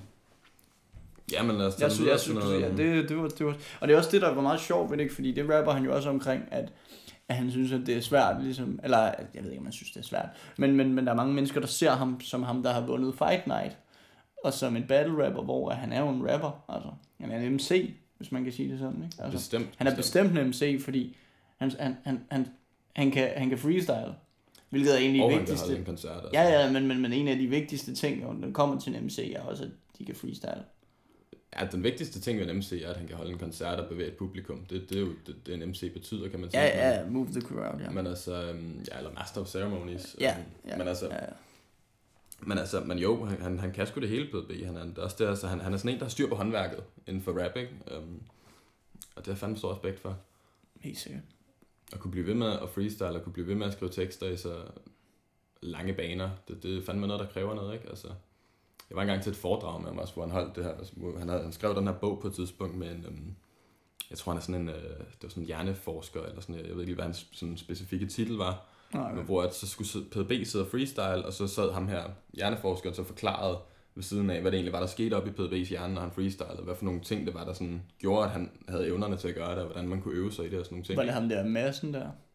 Ja, men lad os tage jeg synes, jeg synes, noget... ja, det, det, var, det var... Og det er også det, der var meget sjovt ved det, ikke? Fordi det rapper han jo også omkring, at, at han synes, at det er svært, ligesom... Eller, jeg ved ikke, om han synes, det er svært. Men, men, men der er mange mennesker, der ser ham som ham, der har vundet Fight Night. Og som en battle rapper, hvor han er jo en rapper. Altså, han er en M C, hvis man kan sige det sådan, ikke? Altså, bestemt. Han er bestemt en M C, fordi han, han, han, han, han, kan, han kan freestyle. Hvilket er egentlig og det vigtigste. Og han kan holde en koncert. Altså. Ja, ja, men, men, men en af de vigtigste ting, når det kommer til en M C, er også, at de kan freestyle. Ja, den vigtigste ting ved en M C er, at han kan holde en koncert og bevæge et publikum. Det, det er jo det, det en M C betyder, kan man sige. Ja, ja, move the crowd, ja. Men altså, ja, eller Master of Ceremonies. Ja, ja. Men altså, ja, ja. Men altså, men jo, han, han, han kan sgu det hele P D B. Han er, det er også det, altså, han, han er sådan en, der har styr på håndværket inden for rapping. Um, og det har fandme stor respekt for. Helt sikkert. At kunne blive ved med at freestyle, og kunne blive ved med at skrive tekster i så lange baner. Det, det er fandme noget, der kræver noget, ikke? Altså, jeg var engang til et foredrag med ham også, hvor han holdt det her. Altså, han, havde, han skrev den her bog på et tidspunkt med en... Um, jeg tror, han er sådan en... Uh, det var sådan en hjerneforsker, eller sådan... Jeg ved ikke lige, hvad hans sådan specifikke titel var. Okay. Men hvor at så skulle P D B sidde og freestyle, og så sad ham her, hjerneforskeren, så forklarede ved siden af, hvad det egentlig var, der skete op i P D B's hjerne, når han freestylede, hvad for nogle ting det var, der sådan gjorde, at han havde evnerne til at gøre det, og hvordan man kunne øve sig i det og sådan nogle ting. Var det ham der Madsen der?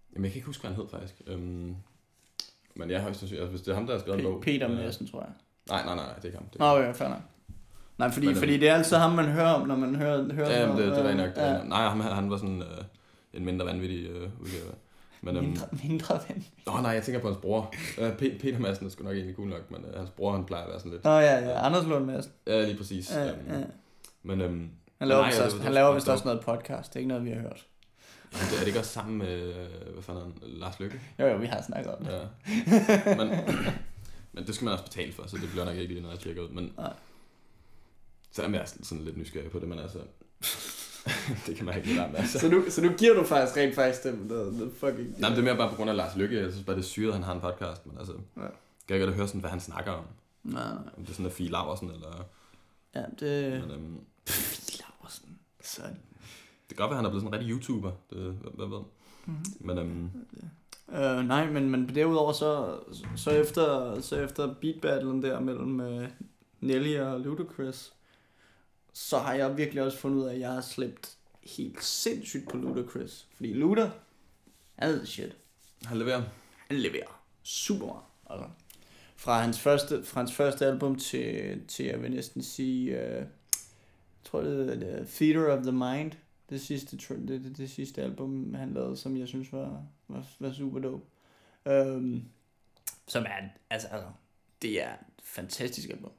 Jamen, jeg kan ikke huske, hvad han hed, faktisk. Øhm, men jeg har højst sandsynligt, altså, hvis det er ham, der har skrevet en bog... Peter Madsen, tror jeg. Nej, nej, nej, det er ikke ham. Det Nå, okay, fair nok. Nej, fordi, men, fordi det er altid ham, man hører om, når man hører, hører ja, noget. Ja, det, det var nok. Det ja. var, nej, han, han var sådan øh, en mindre vanvittig øh, udgave. Men, mindre, øhm, mindre vanvittig? Nå, nej, jeg tænker på hans bror. Øh, P- Peter Madsen er sgu nok egentlig cool nok, men øh, hans bror, han plejer at være sådan lidt... Nå ja, ja, Anders Lund Madsen. Ja, lige præcis. Ja, øhm, ja. Men, øhm, han laver nej, vist, ja, også, det, han laver vist også noget podcast, det er ikke noget, vi har hørt. Jamen, det er det ikke også sammen med, hvad fanden han, Lars Løkke? Jo, jo, vi har snakket om det. Ja. Men, men det skal man også betale for, så det bliver nok ikke lige noget, jeg tjekker ud. Men, nej. Selvom jeg er sådan lidt nysgerrig på det, men altså... det kan man ikke lide med, altså. Så nu, så nu giver du faktisk rent faktisk dem noget, noget fucking... Nej, men det er mere bare på grund af Lars Løkke. Jeg synes bare, det er syret, at han har en podcast, men altså... Ja. Kan jeg godt høre sådan, hvad han snakker om? Nej, nej. Om det er sådan en Fie Laursen, eller... Ja, det... Men, øhm, Fie Laursen. Sådan. Det kan godt være, han er blevet sådan en rigtig YouTuber. Det, hvad ved. Mm-hmm. Men, øhm, øh, nej, men, men derudover så, så efter, så efter beat battlen der mellem uh, Nelly og Ludacris, så har jeg virkelig også fundet ud af, at jeg har slæbt helt sindssygt på Ludacris. Fordi Luda, han er shit. Han leverer. Han leverer super meget. Altså. Fra hans første, fra hans første album til, til jeg vil næsten sige, uh, jeg tror det er Theater of the Mind. Det sidste, det, det, det sidste album, han lavede, som jeg synes var, var, var super dope. Um, som er, altså, altså, det er et fantastisk album.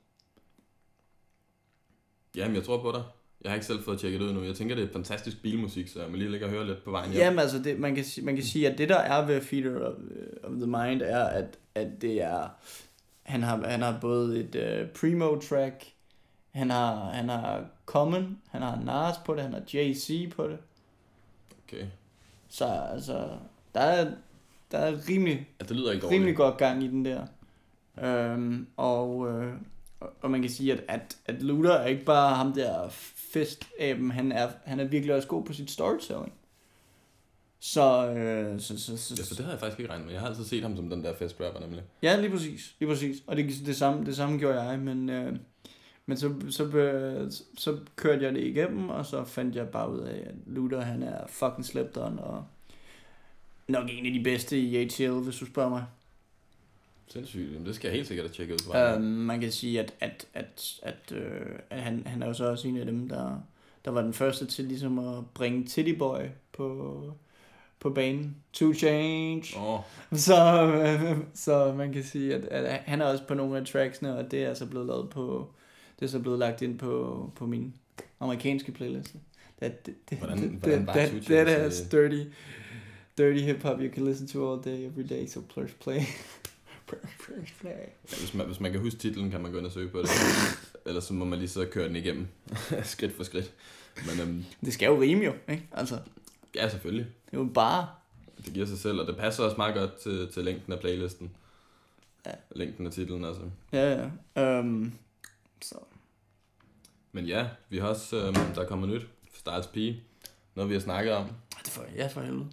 Jamen, jeg tror på dig. Jeg har ikke selv fået tjekket det ud nu. Jeg tænker, det er fantastisk bilmusik, så jeg må lige ligge og høre lidt på vejen hjem. Jamen, altså, det, man, kan, man kan sige, at det der er ved Theater of, of the Mind, er, at, at det er, han har, han har både et uh, primo-track, han har, han har Common, han har Nas på det, han har Jay-Z på det. Okay. Så altså, der er, der er rimelig, ja, det lyder ikke rimelig godt gang i den der. Øhm, og, øh, og man kan sige, at, at, at Luda er ikke bare ham der festaben, han er, han er virkelig også god på sit storytelling. Så, øh, så, så, så, ja, så det havde jeg faktisk ikke regnet med. Jeg har altid set ham som den der festrapper, nemlig. Ja, lige præcis. Lige præcis. Og det, det, samme, det samme gjorde jeg, men... Øh, Men så, så, så kørte jeg det igennem, og så fandt jeg bare ud af, at Luda, han er fucking slept on, og nok en af de bedste i A T L, hvis du spørger mig. Sindssygt. Jamen, det skal jeg helt sikkert have tjekket ud. Øhm, man kan sige, at, at, at, at, øh, at han, han er jo så også en af dem, der, der var den første til ligesom at bringe Titty Boy på, på banen. To Change. Oh. Så, øh, så man kan sige, at, at han er også på nogle af tracksene, og det er altså blevet lavet på... Det er så blevet lagt ind på, på min amerikanske playlist. Det, det, det, hvordan, det, hvordan var that, that has dirty, dirty hip-hop you can listen to all day, every day, so please play. Please play. Ja, hvis, man, hvis man kan huske titlen, kan man gå ind og søge på det. Ellers så må man lige så køre den igennem. Skridt for skridt. Men, øhm, det skal jo rime jo, ikke? Altså, ja, selvfølgelig. det er jo bare... Det giver sig selv, og det passer også meget godt til, til længden af playlisten. Ja. Længden af titlen, altså. Ja, ja. Um, så... Men ja, vi har også, øhm, der er kommet nyt. Styles P. Noget vi har snakket om. Det får ja, for helvede.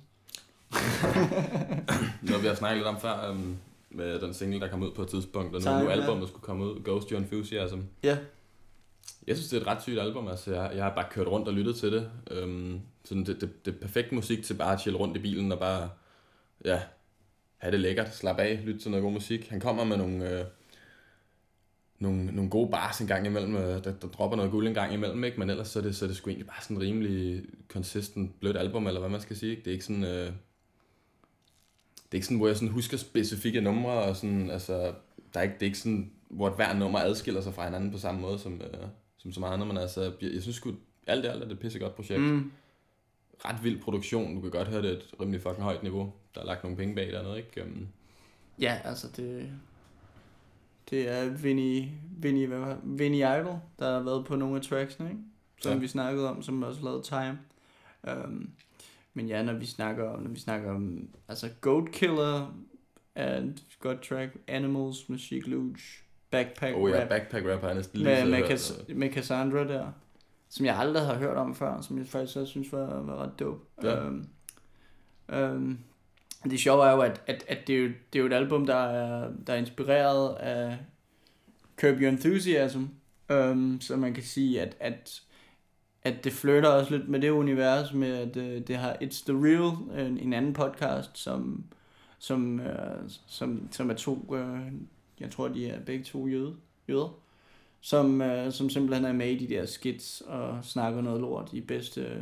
Noget vi har snakket lidt om før, øhm, med den single, der kom ud på et tidspunkt, og nu, nu albumet skulle komme ud, Ghost Your Enthusiasm. Ja. Jeg synes, det er et ret sygt album, altså jeg, jeg har bare kørt rundt og lyttet til det. Øhm, sådan det, det, det er perfekt musik til bare at chille rundt i bilen og bare, ja, have det lækkert, slappe af, lytte til noget god musik. Han kommer med nogle... Øh, Nogle, nogle gode bars en gang imellem, der, der dropper noget guld en gang imellem, ikke? Men ellers så er det, så er det sgu egentlig bare sådan en rimelig consistent, blødt album, eller hvad man skal sige, ikke? Det er ikke sådan, øh, det er ikke sådan, hvor jeg sådan husker specifikke numre, og sådan, altså, der er ikke, det er ikke sådan, hvor hver nummer adskiller sig fra hinanden på samme måde, som, øh, som så meget andet, men altså, jeg, jeg synes sgu, alt det alt er det et pissegodt projekt. Mm. Ret vild produktion, du kan godt høre, det er et rimelig fucking højt niveau, der er lagt nogle penge bag dernede, ikke? Um, ja, altså det... Det er Vinny, Vinny, hvad var, Vinny Idol, der har været på nogle af tracksene, ikke? Som ja. vi snakkede om, som også lavede Time. Um, men ja, når vi snakker om, når vi snakker om, altså Goat Killer er et godt track, Animals med Sheek Louch, Backpack oh, Rap. ja, Backpack Rap er næsten lige med, med, Cass- med Cassandra der, som jeg aldrig har hørt om før, som jeg faktisk også synes var, var ret dope. Ja. Um, um, Det sjove er jo, at, at, at det, er jo, det er jo et album, der er, der er inspireret af Curb Your Enthusiasm. Um, så man kan sige, at, at, at det flytter også lidt med det univers med, at øh, det har It's The Real, en, en anden podcast, som, som, øh, som, som er to, øh, jeg tror de er begge to jøde, jøder, som, øh, som simpelthen er med i de der skits og snakker noget lort i bedste øh,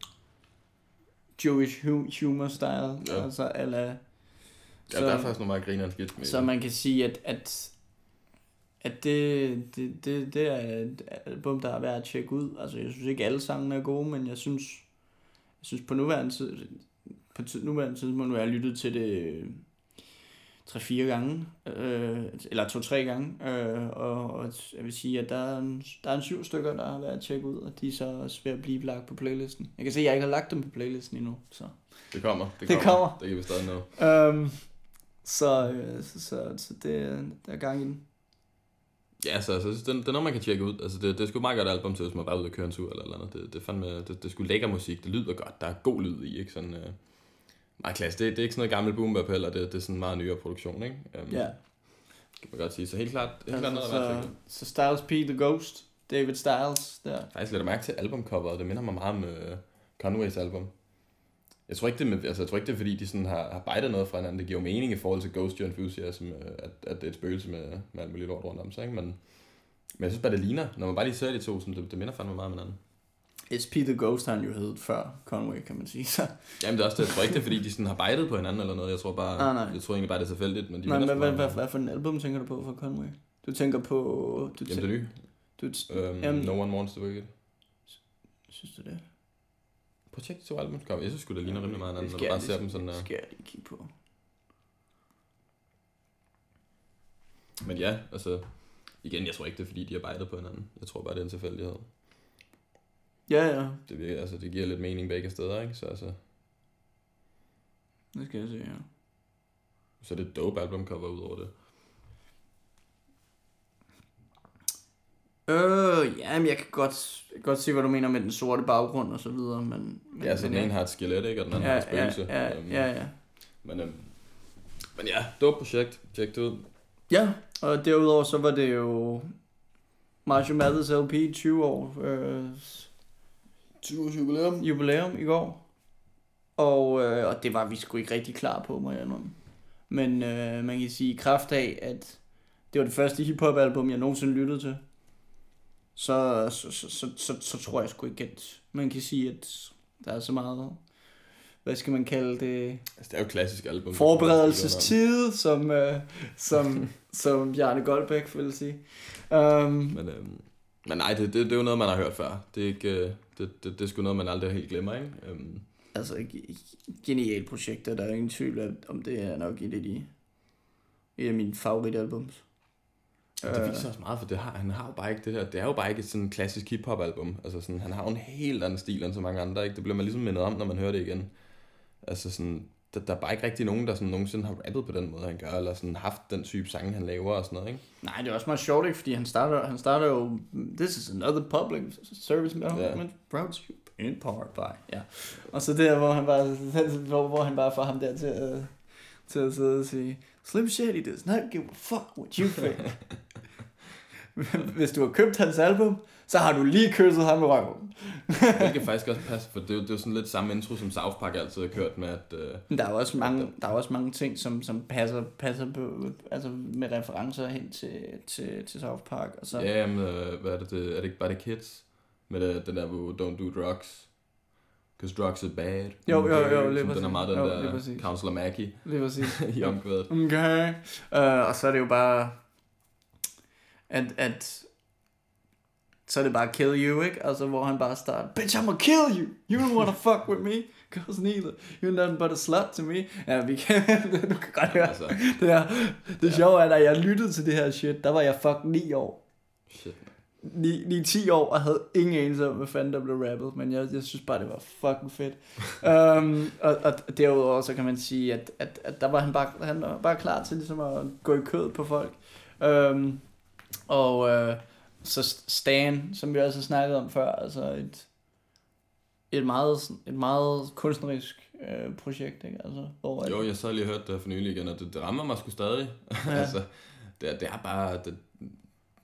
Jewish humor style, ja. Altså ala. Ja, så, der er faktisk nogle meget griner skits med. Så man kan sige, at, at at det, det, det, det er et album, der er værd at tjekke ud. Altså, jeg synes ikke alle sangene er gode, men jeg synes, jeg synes på nuværende tid, på tid, nuværende tidspunkt, nu har jeg lyttet til det tre-fire gange, øh, eller to-tre gange, øh, og, og jeg vil sige, at der er, en, der er en syv stykker, der er værd at tjekke ud, og de er så også ved at blive lagt på playlisten. Jeg kan se, at jeg ikke har lagt dem på playlisten endnu, så... Det kommer, det, det kommer. kommer. Det kan vi stadig nå. Um, så, så, så, så det der er gang i den. Ja, så altså, det, det er noget, man kan tjekke ud. Altså, det, det er sgu meget godt album til, hvis man bare er ude og køre en tur eller noget. Det, det, er fandme, det, det er sgu lækker musik. Det lyder godt. Der er god lyd i, ikke? Sådan, øh, meget klasse. Det, det er ikke sådan noget gammelt boom bap heller. Det, det er sådan meget nyere produktion, ikke? Um, ja. Kan man godt sige. Så helt klart, helt altså, klart noget, der er så, så Styles P, The Ghost, David Styles, der. Faktisk lidt mærke til albumcoveret. Det minder mig meget om uh, Conways album. Jeg tror ikke, det er, med, altså, jeg tror ikke, det er fordi, de sådan har, har bejdet noget fra hinanden. Det giver mening i forhold til Ghost Your Enthusiasm, at, at det er et spøgelse med, med alt muligt lort rundt om sig, ikke? Men, men jeg synes bare, det ligner. Når man bare lige ser de to, sådan, det, det minder fandme meget om hinanden. S P The Ghost har han jo heddet før Conway, kan man sige. Så. Jamen det er også det. Jeg tror ikke, det er fordi, de sådan har bejdet på hinanden eller noget. Jeg tror bare, ah, nej. jeg tror egentlig bare, det er tilfældigt. Men de men hvad, hvad, hvad, hvad for en album tænker du på for Conway? Du tænker på... Du jamen det nye. Du t- um, jamen, No One Wants to Work It. Synes du det? Prøv to album. Jeg synes sgu, det ligner rimelig meget hinanden, når du bare bare ser dem sådan... Det skal jeg lige kigge på. Men ja, altså... Igen, jeg tror ikke, det er fordi, de har bejdet på hinanden. Jeg tror bare, det er en tilfældighed. Ja, ja. Det, virker, altså, det giver lidt mening begge steder, ikke? Så altså... Det skal jeg se, ja. Så er det et dope albumcover ud over det. Øh, ja, men jeg kan godt, jeg kan godt se, hvad du mener med den sorte baggrund og så videre, men... men ja, så den ene har et skelet, ikke? Og den anden ja, har et spøgelse. Ja, ja, um, ja, ja. Men, um, men ja, dope projekt. Tjek det ud. Ja, og derudover så var det jo Marshall Mathers L P tyve år. Øh, tyve års jubilæum. Jubilæum i går. Og, øh, og det var vi sgu ikke rigtig klar på, må jeg indrømme. Men øh, man kan sige i kraft af, at det var det første hiphop album, jeg nogensinde lyttede til. Så, så, så, så, så, så tror jeg sgu ikke, at man kan sige, at der er så meget, hvad skal man kalde det? Altså, det er jo et klassisk album. Forberedelsestid, som, øh, som, som Bjarne Goldbæk vil sige. Um, men, øh, men nej, det, det, det er jo noget, man har hørt før. Det er, ikke, det, det, det er sgu noget, man aldrig helt glemmer, ikke? Um, altså, genialt projekt, og der er ingen tvivl om det er nok et af de et af mine favoritalbums. Og det viser også meget, for det har, han har jo bare ikke det der. Det er jo bare ikke sådan en klassisk hip-hop album. Altså sådan, han har jo en helt anden stil end så mange andre, ikke? Det bliver man ligesom mindet om, når man hører det igen. Altså sådan, der, der er bare ikke rigtig nogen, der sådan nogensinde har rappet på den måde, han gør, eller sådan haft den type sange, han laver og sådan noget, ikke? Nej, det er også meget sjovt, ikke? Fordi han starter, han starter jo, this is another public service moment yeah. brought to you in part by, ja. Og så der, hvor han bare, hvor, hvor han bare får ham der til at, til at sidde og sige, Slim Shady does not give a fuck what you think. Hvis du har købt hans album, så har du lige kysset ham i røven. Det kan faktisk også passe, for det er, jo, det er jo sådan lidt samme intro, som South Park altid har kørt med, at... Uh, der er også mange, der er også mange ting, som, som passer, passer på, altså med referencer hen til, til, til South Park. Og så. Ja, men uh, hvad er det, det, er det ikke bare The Kids? Med det, den der, hvor don't do drugs. Because drugs are bad. Jo, jo, jo, lige præcis. Den er meget den jo, der Counselor Mackie. Lige præcis. I omkvædet. Okay. Uh, og så er det jo bare... At, at så er det bare kill you, ikke? Altså hvor han bare starter, bitch, I'm gonna kill you. You don't wanna fuck with me. Cause neither. You're nothing but a slut to me. Ja, vi kan, du kan godt høre. Altså, det der, det ja. Sjove er, at da jeg lyttede til det her shit, der var jeg fucking ni år. Shit, ni, ni ti år, og havde ingen anelse om, hvad fanden der blev rappet. Men jeg, jeg synes bare, det var fucking fedt. um, og, og derudover, så kan man sige, at, at, at der var han bare, han var bare klar til ligesom at gå i kød på folk. Um, Og øh, så Stan, som vi også har snakket om før, altså et, et, meget, et meget kunstnerisk øh, projekt, ikke? Altså, hvor, jo, jeg så lige hørt det for nylig igen, og det, det rammer mig sgu stadig. Ja. Altså, det, det er bare, det,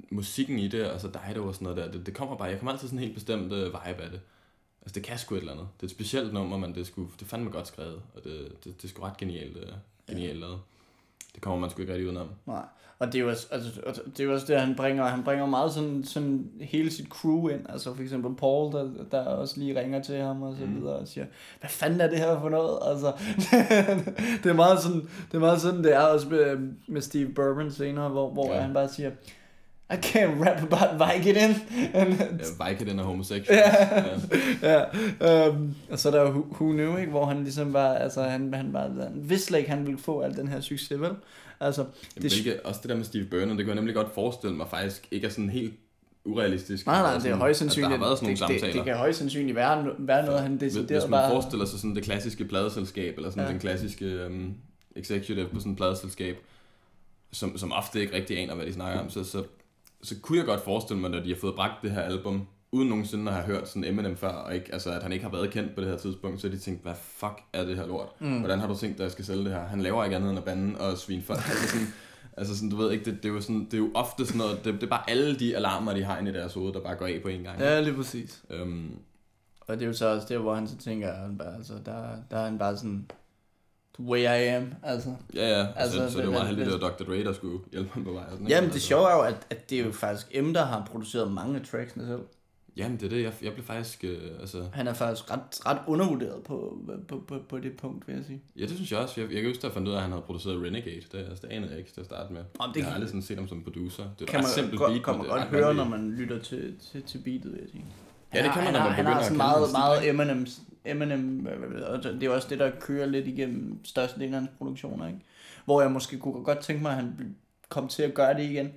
musikken i det, og så Dido og sådan noget der, det, det kommer bare, jeg kommer altid sådan en helt bestemt uh, vibe af det. Altså det kan sgu et eller andet. Det er et specielt nummer, men det er, sgu, det er fandme godt skrevet, og det, det, det er sgu ret genialt, uh, genialt lavet. Det kommer man sgu ikke rigtig udenom. Nej, og det er jo også, altså, det er jo også det, han bringer, han bringer meget sådan, sådan hele sit crew ind, altså for eksempel Paul, der, der også lige ringer til ham og så mm. videre og siger, hvad fanden er det her for noget, altså, det er meget sådan, det er meget sådan, det er også med, med Steve Burman senere, hvor, hvor ja. han bare siger, I can't rap about Vicodin. Ja, Vicodin er homosexual. Ja, ja. ja. Um, og så er der jo Who, Who Knew, ikke? Hvor han ligesom var, altså han, han var, han vidste ikke, han ville få al den her succes, vel? Altså, det, hvilket, også det der med Steve Burner, det kunne jeg nemlig godt forestille mig faktisk ikke er sådan helt urealistisk. Nej, nej, sådan, det er højst sandsynligt. Der har været sådan nogle det, det, det kan højst sandsynligt være, være noget, han decideret bare... Hvis man bare... forestiller sig sådan det klassiske pladeselskab, eller sådan ja. den klassiske um, executive på sådan et pladeselskab, som, som ofte ikke rigtig aner, hvad de snakker om, så, så så kunne jeg godt forestille mig, at de har fået bragt det her album, uden nogensinde at have hørt sådan Eminem før, og ikke, altså, at han ikke har været kendt på det her tidspunkt, så de tænkte, hvad fuck er det her lort? Mm. Hvordan har du tænkt dig, at jeg skal sælge det her? Han laver ikke andet end at bande og svine folk. altså, sådan, altså sådan, du ved ikke, det, det, er jo sådan, det er jo ofte sådan noget, det, det er bare alle de alarmer, de har inde i deres hoved, der bare går af på en gang. Ja, lige præcis. Øhm, og det er jo så også det, hvor han så tænker, altså, der, der er han bare sådan... The way I am, altså. Ja, ja, altså, så, så det var meget heldigt, at doktor Dre, der skulle hjælpe ham på vej. Sådan, jamen, det sjove er jo, at, at det er jo faktisk M, der har produceret mange af tracksene selv. Jamen, det er det, jeg, jeg blev faktisk, øh, altså... Han er faktisk ret, ret undervurderet på, på, på, på det punkt, vil jeg sige. Ja, det synes jeg også. Jeg, jeg kan huske, at jeg fandt ud af, at han havde produceret Renegade. Det, altså, det anede jeg ikke til at starte med. Om det jeg har aldrig sådan set ham som producer. Det kan man simpelt beat, kan man godt høre, når man lytter til, til, til beatet, vil jeg sige. Ja, det kan man, når man begynder at kende meget, meget Eminems, Eminem, det er også det, der kører lidt igennem størstedelen af hans produktioner, ikke? Hvor jeg måske kunne godt tænke mig, at han kom til at gøre det igen.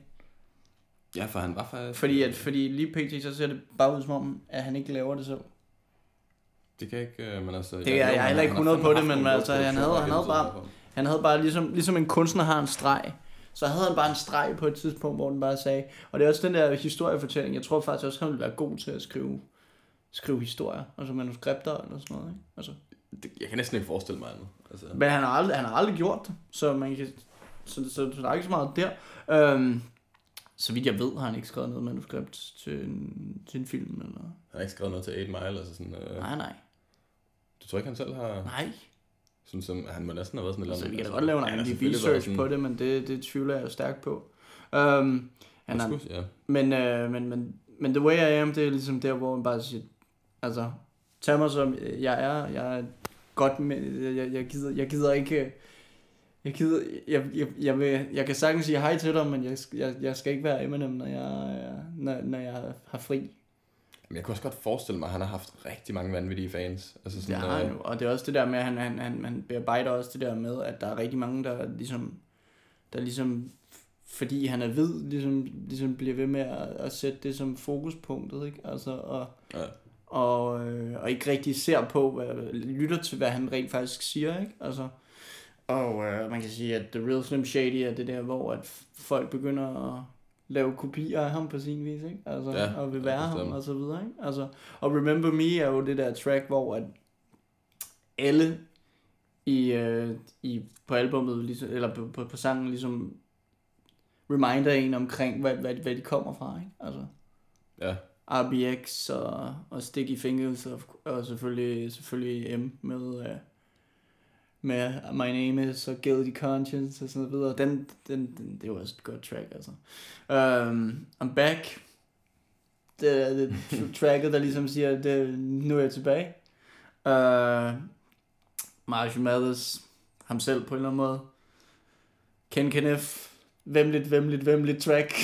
Ja, for han var faktisk... Fordi, at, fordi lige pt. Så ser det bare ud som om, at han ikke laver det selv. Det kan ikke, men altså... Det, jeg, jeg, jeg er heller ikke hundrede på det, men altså, han havde, han havde bare... Han havde bare ligesom, ligesom en kunstner har en streg. Så havde han bare en streg på et tidspunkt, hvor den bare sagde... Og det er også den der historiefortælling. Jeg tror faktisk også, han ville være god til at skrive... skrive historier, altså manuskripter eller sådan noget, ikke? Altså, det, jeg kan næsten ikke forestille mig andet. Altså. Men han har aldrig, han har aldrig gjort det, så man kan, så, så, så der er ikke så meget der. Um, så vidt jeg ved, har han ikke skrevet noget manuskript til en, til en film eller. Han har ikke skrevet noget til eight Mile, altså sådan. Øh... Nej, nej. Du tror ikke han selv har? Nej. Sådan som han må næsten have været sådan et eller andet. Så vi kan da godt lave en I M D B search sådan... på det, men det det tvivler jeg jo stærkt på. Um, han har, ja. Men øh, men men men The Way I Am, det er ligesom der, hvor man bare siger. Altså, tag mig som jeg er, jeg er godt med, jeg, jeg, gider, jeg gider ikke, jeg gider, jeg, jeg, jeg, vil, jeg kan sagtens sige hej til dig, men jeg, jeg, jeg skal ikke være Eminem, når jeg, når, når jeg har fri. Men jeg kunne også godt forestille mig, at han har haft rigtig mange vanvittige fans. Altså sådan, det har han jo, og det er også det der med, at han, han, han, han bearbejder også det der med, at der er rigtig mange, der ligesom, der ligesom, fordi han er hvid, ligesom, ligesom bliver ved med at, at sætte det som fokuspunktet, ikke? Altså, og... Ja. Og, øh, og ikke rigtig ser på, hvad, lytter til, hvad han rent faktisk siger, ikke? Altså, og øh, man kan sige, at The Real Slim Shady er det der, hvor at folk begynder at lave kopier af ham på sin vis, ikke? Altså, ja, og vil være ja, ham, og så videre, ikke? Altså, og Remember Me er jo det der track, hvor at alle i, øh, i, på albumet, ligesom, eller på, på, på sangen, ligesom reminder en omkring, hvad, hvad, hvad de kommer fra, ikke? Altså, ja. R B X og, og Sticky Fingers og, og selvfølgelig, selvfølgelig M med, uh, med My Name Is og Guilty Conscience og sådan noget videre. Den, den, den, det var også et godt track, altså. Um, I'm Back. Det er det tracket, der ligesom siger, det, nu er jeg tilbage. Uh, Marshall Mathers, ham selv på en eller anden måde. Ken Kenneth. Vemmeligt, vemmeligt, vemmeligt track.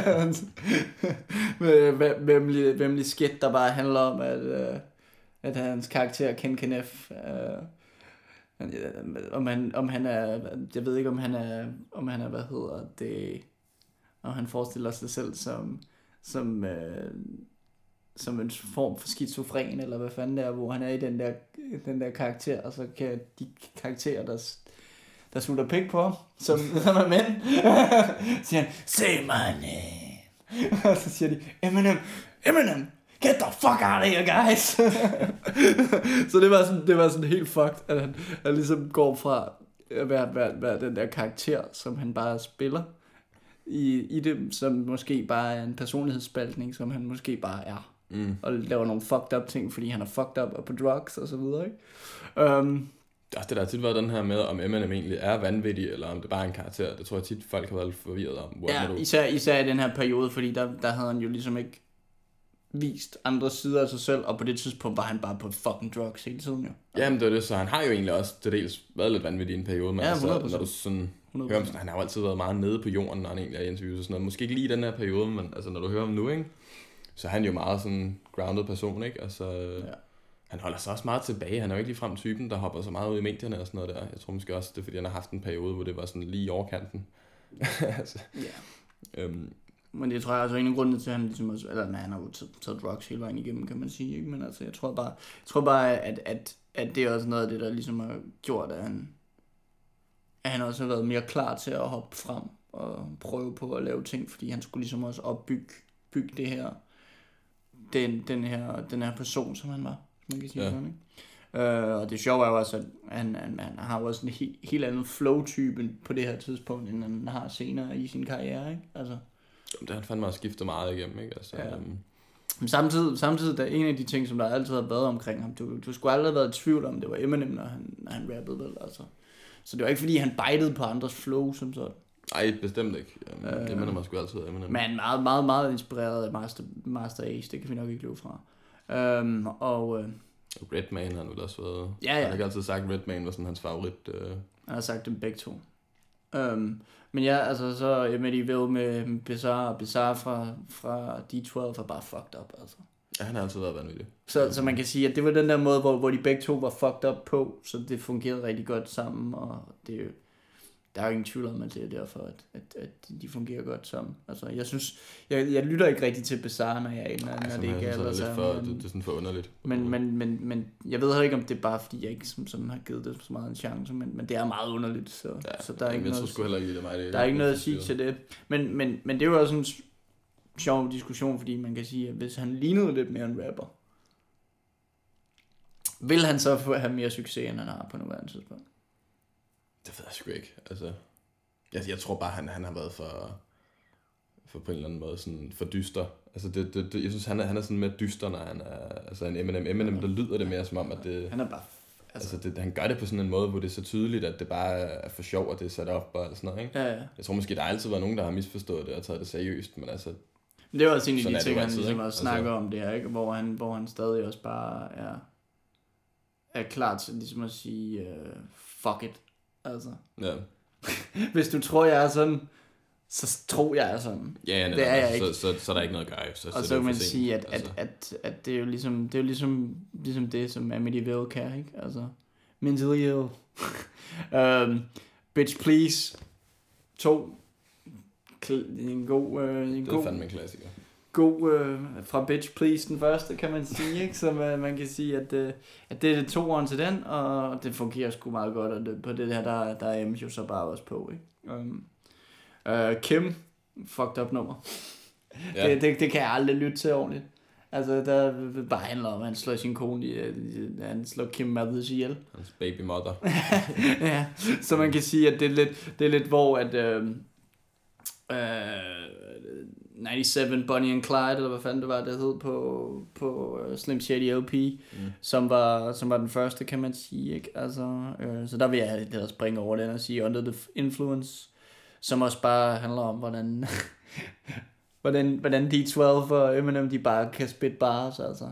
Med vemmeligt, vemmeligt skit, der bare handler om, at, uh, at hans karakter, Ken Kenneth, uh, om, han, om han er, jeg ved ikke, om han er, om han er, hvad hedder det, om han forestiller sig selv som, som, uh, som en form for skizofren, eller hvad fanden det er, hvor han er i den der, den der karakter, og så kan de karakterer, der der slutter pik på, som, som er mænd, siger han, say my name. Og så siger de, Eminem, Eminem, get the fuck out of here, guys. Så det var sådan, det var sådan helt fucked, at han, han ligesom går fra at være, være, være den der karakter, som han bare spiller, i, i det, som måske bare er en personlighedsspaltning, som han måske bare er. Mm. Og laver nogle fucked up ting, fordi han er fucked up og på drugs og så videre, ikke? Um, det er også det, der har tit været den her med, om Eminem egentlig er vanvittig, eller om det bare er en karakter. Det tror jeg tit, folk har været lidt forvirret om. Hvor ja, du... især, især i den her periode, fordi der, der havde han jo ligesom ikke vist andre sider af sig selv, og på det tidspunkt var han bare på fucking drugs hele tiden, jo. Jamen, det er det, så han har jo egentlig også til dels været lidt vanvittig i en periode, men ja, altså, når du sådan hører om, sådan, han har jo altid været meget nede på jorden, når han egentlig er i interviews og sådan noget. Måske ikke lige i den her periode, men altså, når du hører om nu, ikke? Så er han jo meget sådan grounded person, ikke? Altså, ja. Han holder sig også meget tilbage. Han er jo ikke ligefrem typen, der hopper så meget ud i medierne og sådan noget der. Jeg tror måske også, det er fordi, han har haft en periode, hvor det var sådan lige i overkanten. altså, ja. Øhm. Men det tror jeg altså en af grundene til, at han ligesom også, eller nej, han har jo taget drugs hele vejen igennem, kan man sige, ikke? Men altså, jeg tror bare, jeg tror bare at, at, at det er også noget af det, der ligesom har gjort, at han, at han også har været mere klar til at hoppe frem og prøve på at lave ting, fordi han skulle ligesom også opbygge bygge det her, den, den her, den her person, som han var, man kan sige ja. Sådan, ikke? Øh, og det sjove er jo også, at han, han, han har jo også en he, helt anden flow-type på det her tidspunkt, end han har senere i sin karriere, ikke? Altså. Det har han fandme også skiftet meget igennem, ikke? Altså, ja. um... Men samtidig, samtidig der er en af de ting, som der altid har været omkring ham, du, du skulle aldrig have været i tvivl om, det var Eminem, når han, når han rappede, vel? Altså. Så det var ikke fordi, han bitede på andres flow, som sådan. Nej, bestemt ikke. Jamen, øh, det mener man sgu altid af Eminem. Men meget, meget, meget inspireret af Master, Master Ace, det kan vi nok ikke løbe fra. Um, og... Øh, Redman har han vel også været... Ja, ja. Han har ikke altid sagt, at Redman var sådan hans favorit... Øh... Han har sagt dem begge to. Um, men ja, altså så Amityville med Bizarre og Bizarre fra, fra D tolv var bare fucked up, altså. Ja, han har altid været vanvittig. Så, så man kan sige, at det var den der måde, hvor, hvor de begge to var fucked up på, så det fungerede rigtig godt sammen, og det er jo... Der er jo ingen tvivl om, at det er derfor, at, at, at de fungerer godt sammen. Altså, jeg synes, jeg, jeg lytter ikke rigtig til Bizarre, når jeg når, når det ikke er ellers er. For, det, det er sådan for underligt. Men, men, men, men jeg ved heller ikke, om det er bare, fordi jeg ikke som sådan har givet det så meget en chance, men, men det er meget underligt, så, ja, så der er ikke jeg noget, tror heller ikke, det er mig, det der er ikke noget at sige til det. Men, men, men det er jo også en sjov diskussion, fordi man kan sige, at hvis han lignede lidt mere en rapper, vil han så have mere succes, end han har på nuværende tidspunkt? Det ved jeg sgu ikke. Altså, jeg, jeg tror bare, han, han har været for, for på en eller anden måde sådan for dyster. Altså, det, det, det, jeg synes, han er, han er sådan mere dyster, når han er altså en Eminem. Eminem, der lyder det mere som om, at det... Han er bare... Altså, altså det, han gør det på sådan en måde, hvor det er så tydeligt, at det bare er for sjov, at det er sat op og sådan noget, ikke? Ja, ja. Jeg tror måske, der har altid været nogen, der har misforstået det og taget det seriøst, men altså... Men det er også en af de ting, han altid, ligesom også snakker altså, om det her, ikke? Hvor han, hvor han stadig også bare er, er klar til ligesom at sige, uh, fuck it. Altså. Ja. Hvis du tror, jeg er sådan, så tror jeg er sådan. Ja, ja, det er jeg ikke. ikke. Så, så, så er der ikke noget at gøre. Så, og så, så kan man sent, sige, at, altså. at, at, at det er jo ligesom det, er jo ligesom, ligesom det som Amityville kan, ikke? Altså, mentally ill. um, Bitch Please to. En god... Øh, en det er god, fandme en klassiker. God øh, fra Bitch Please, den første, kan man sige, ikke? Så man, man kan sige, at, øh, at det er det toeren til den, og det fungerer sgu meget godt, og det, på det her, der, der er M jo så bare også på, ikke? Um, uh, Kim, fucked up nummer. Ja. det, det, det kan jeg aldrig lytte til ordentligt. Altså, der bare handler om, at han slår sin kone i, han slår Kim Mathers ihjel. Hans baby mother. Ja, så man kan sige, at det er lidt, det er lidt hvor, at... Øh, øh, nioghalvfems Bonnie and Clyde, eller hvad fanden det var, det hed på, på uh, Slim Shady L P, mm. som, var, som var den første, kan man sige, ikke? Altså, øh, så der vil jeg lidt springe over den og sige Under the Influence, som også bare handler om, hvordan, hvordan, hvordan D tolv og Eminem, de bare kan spit bars, altså.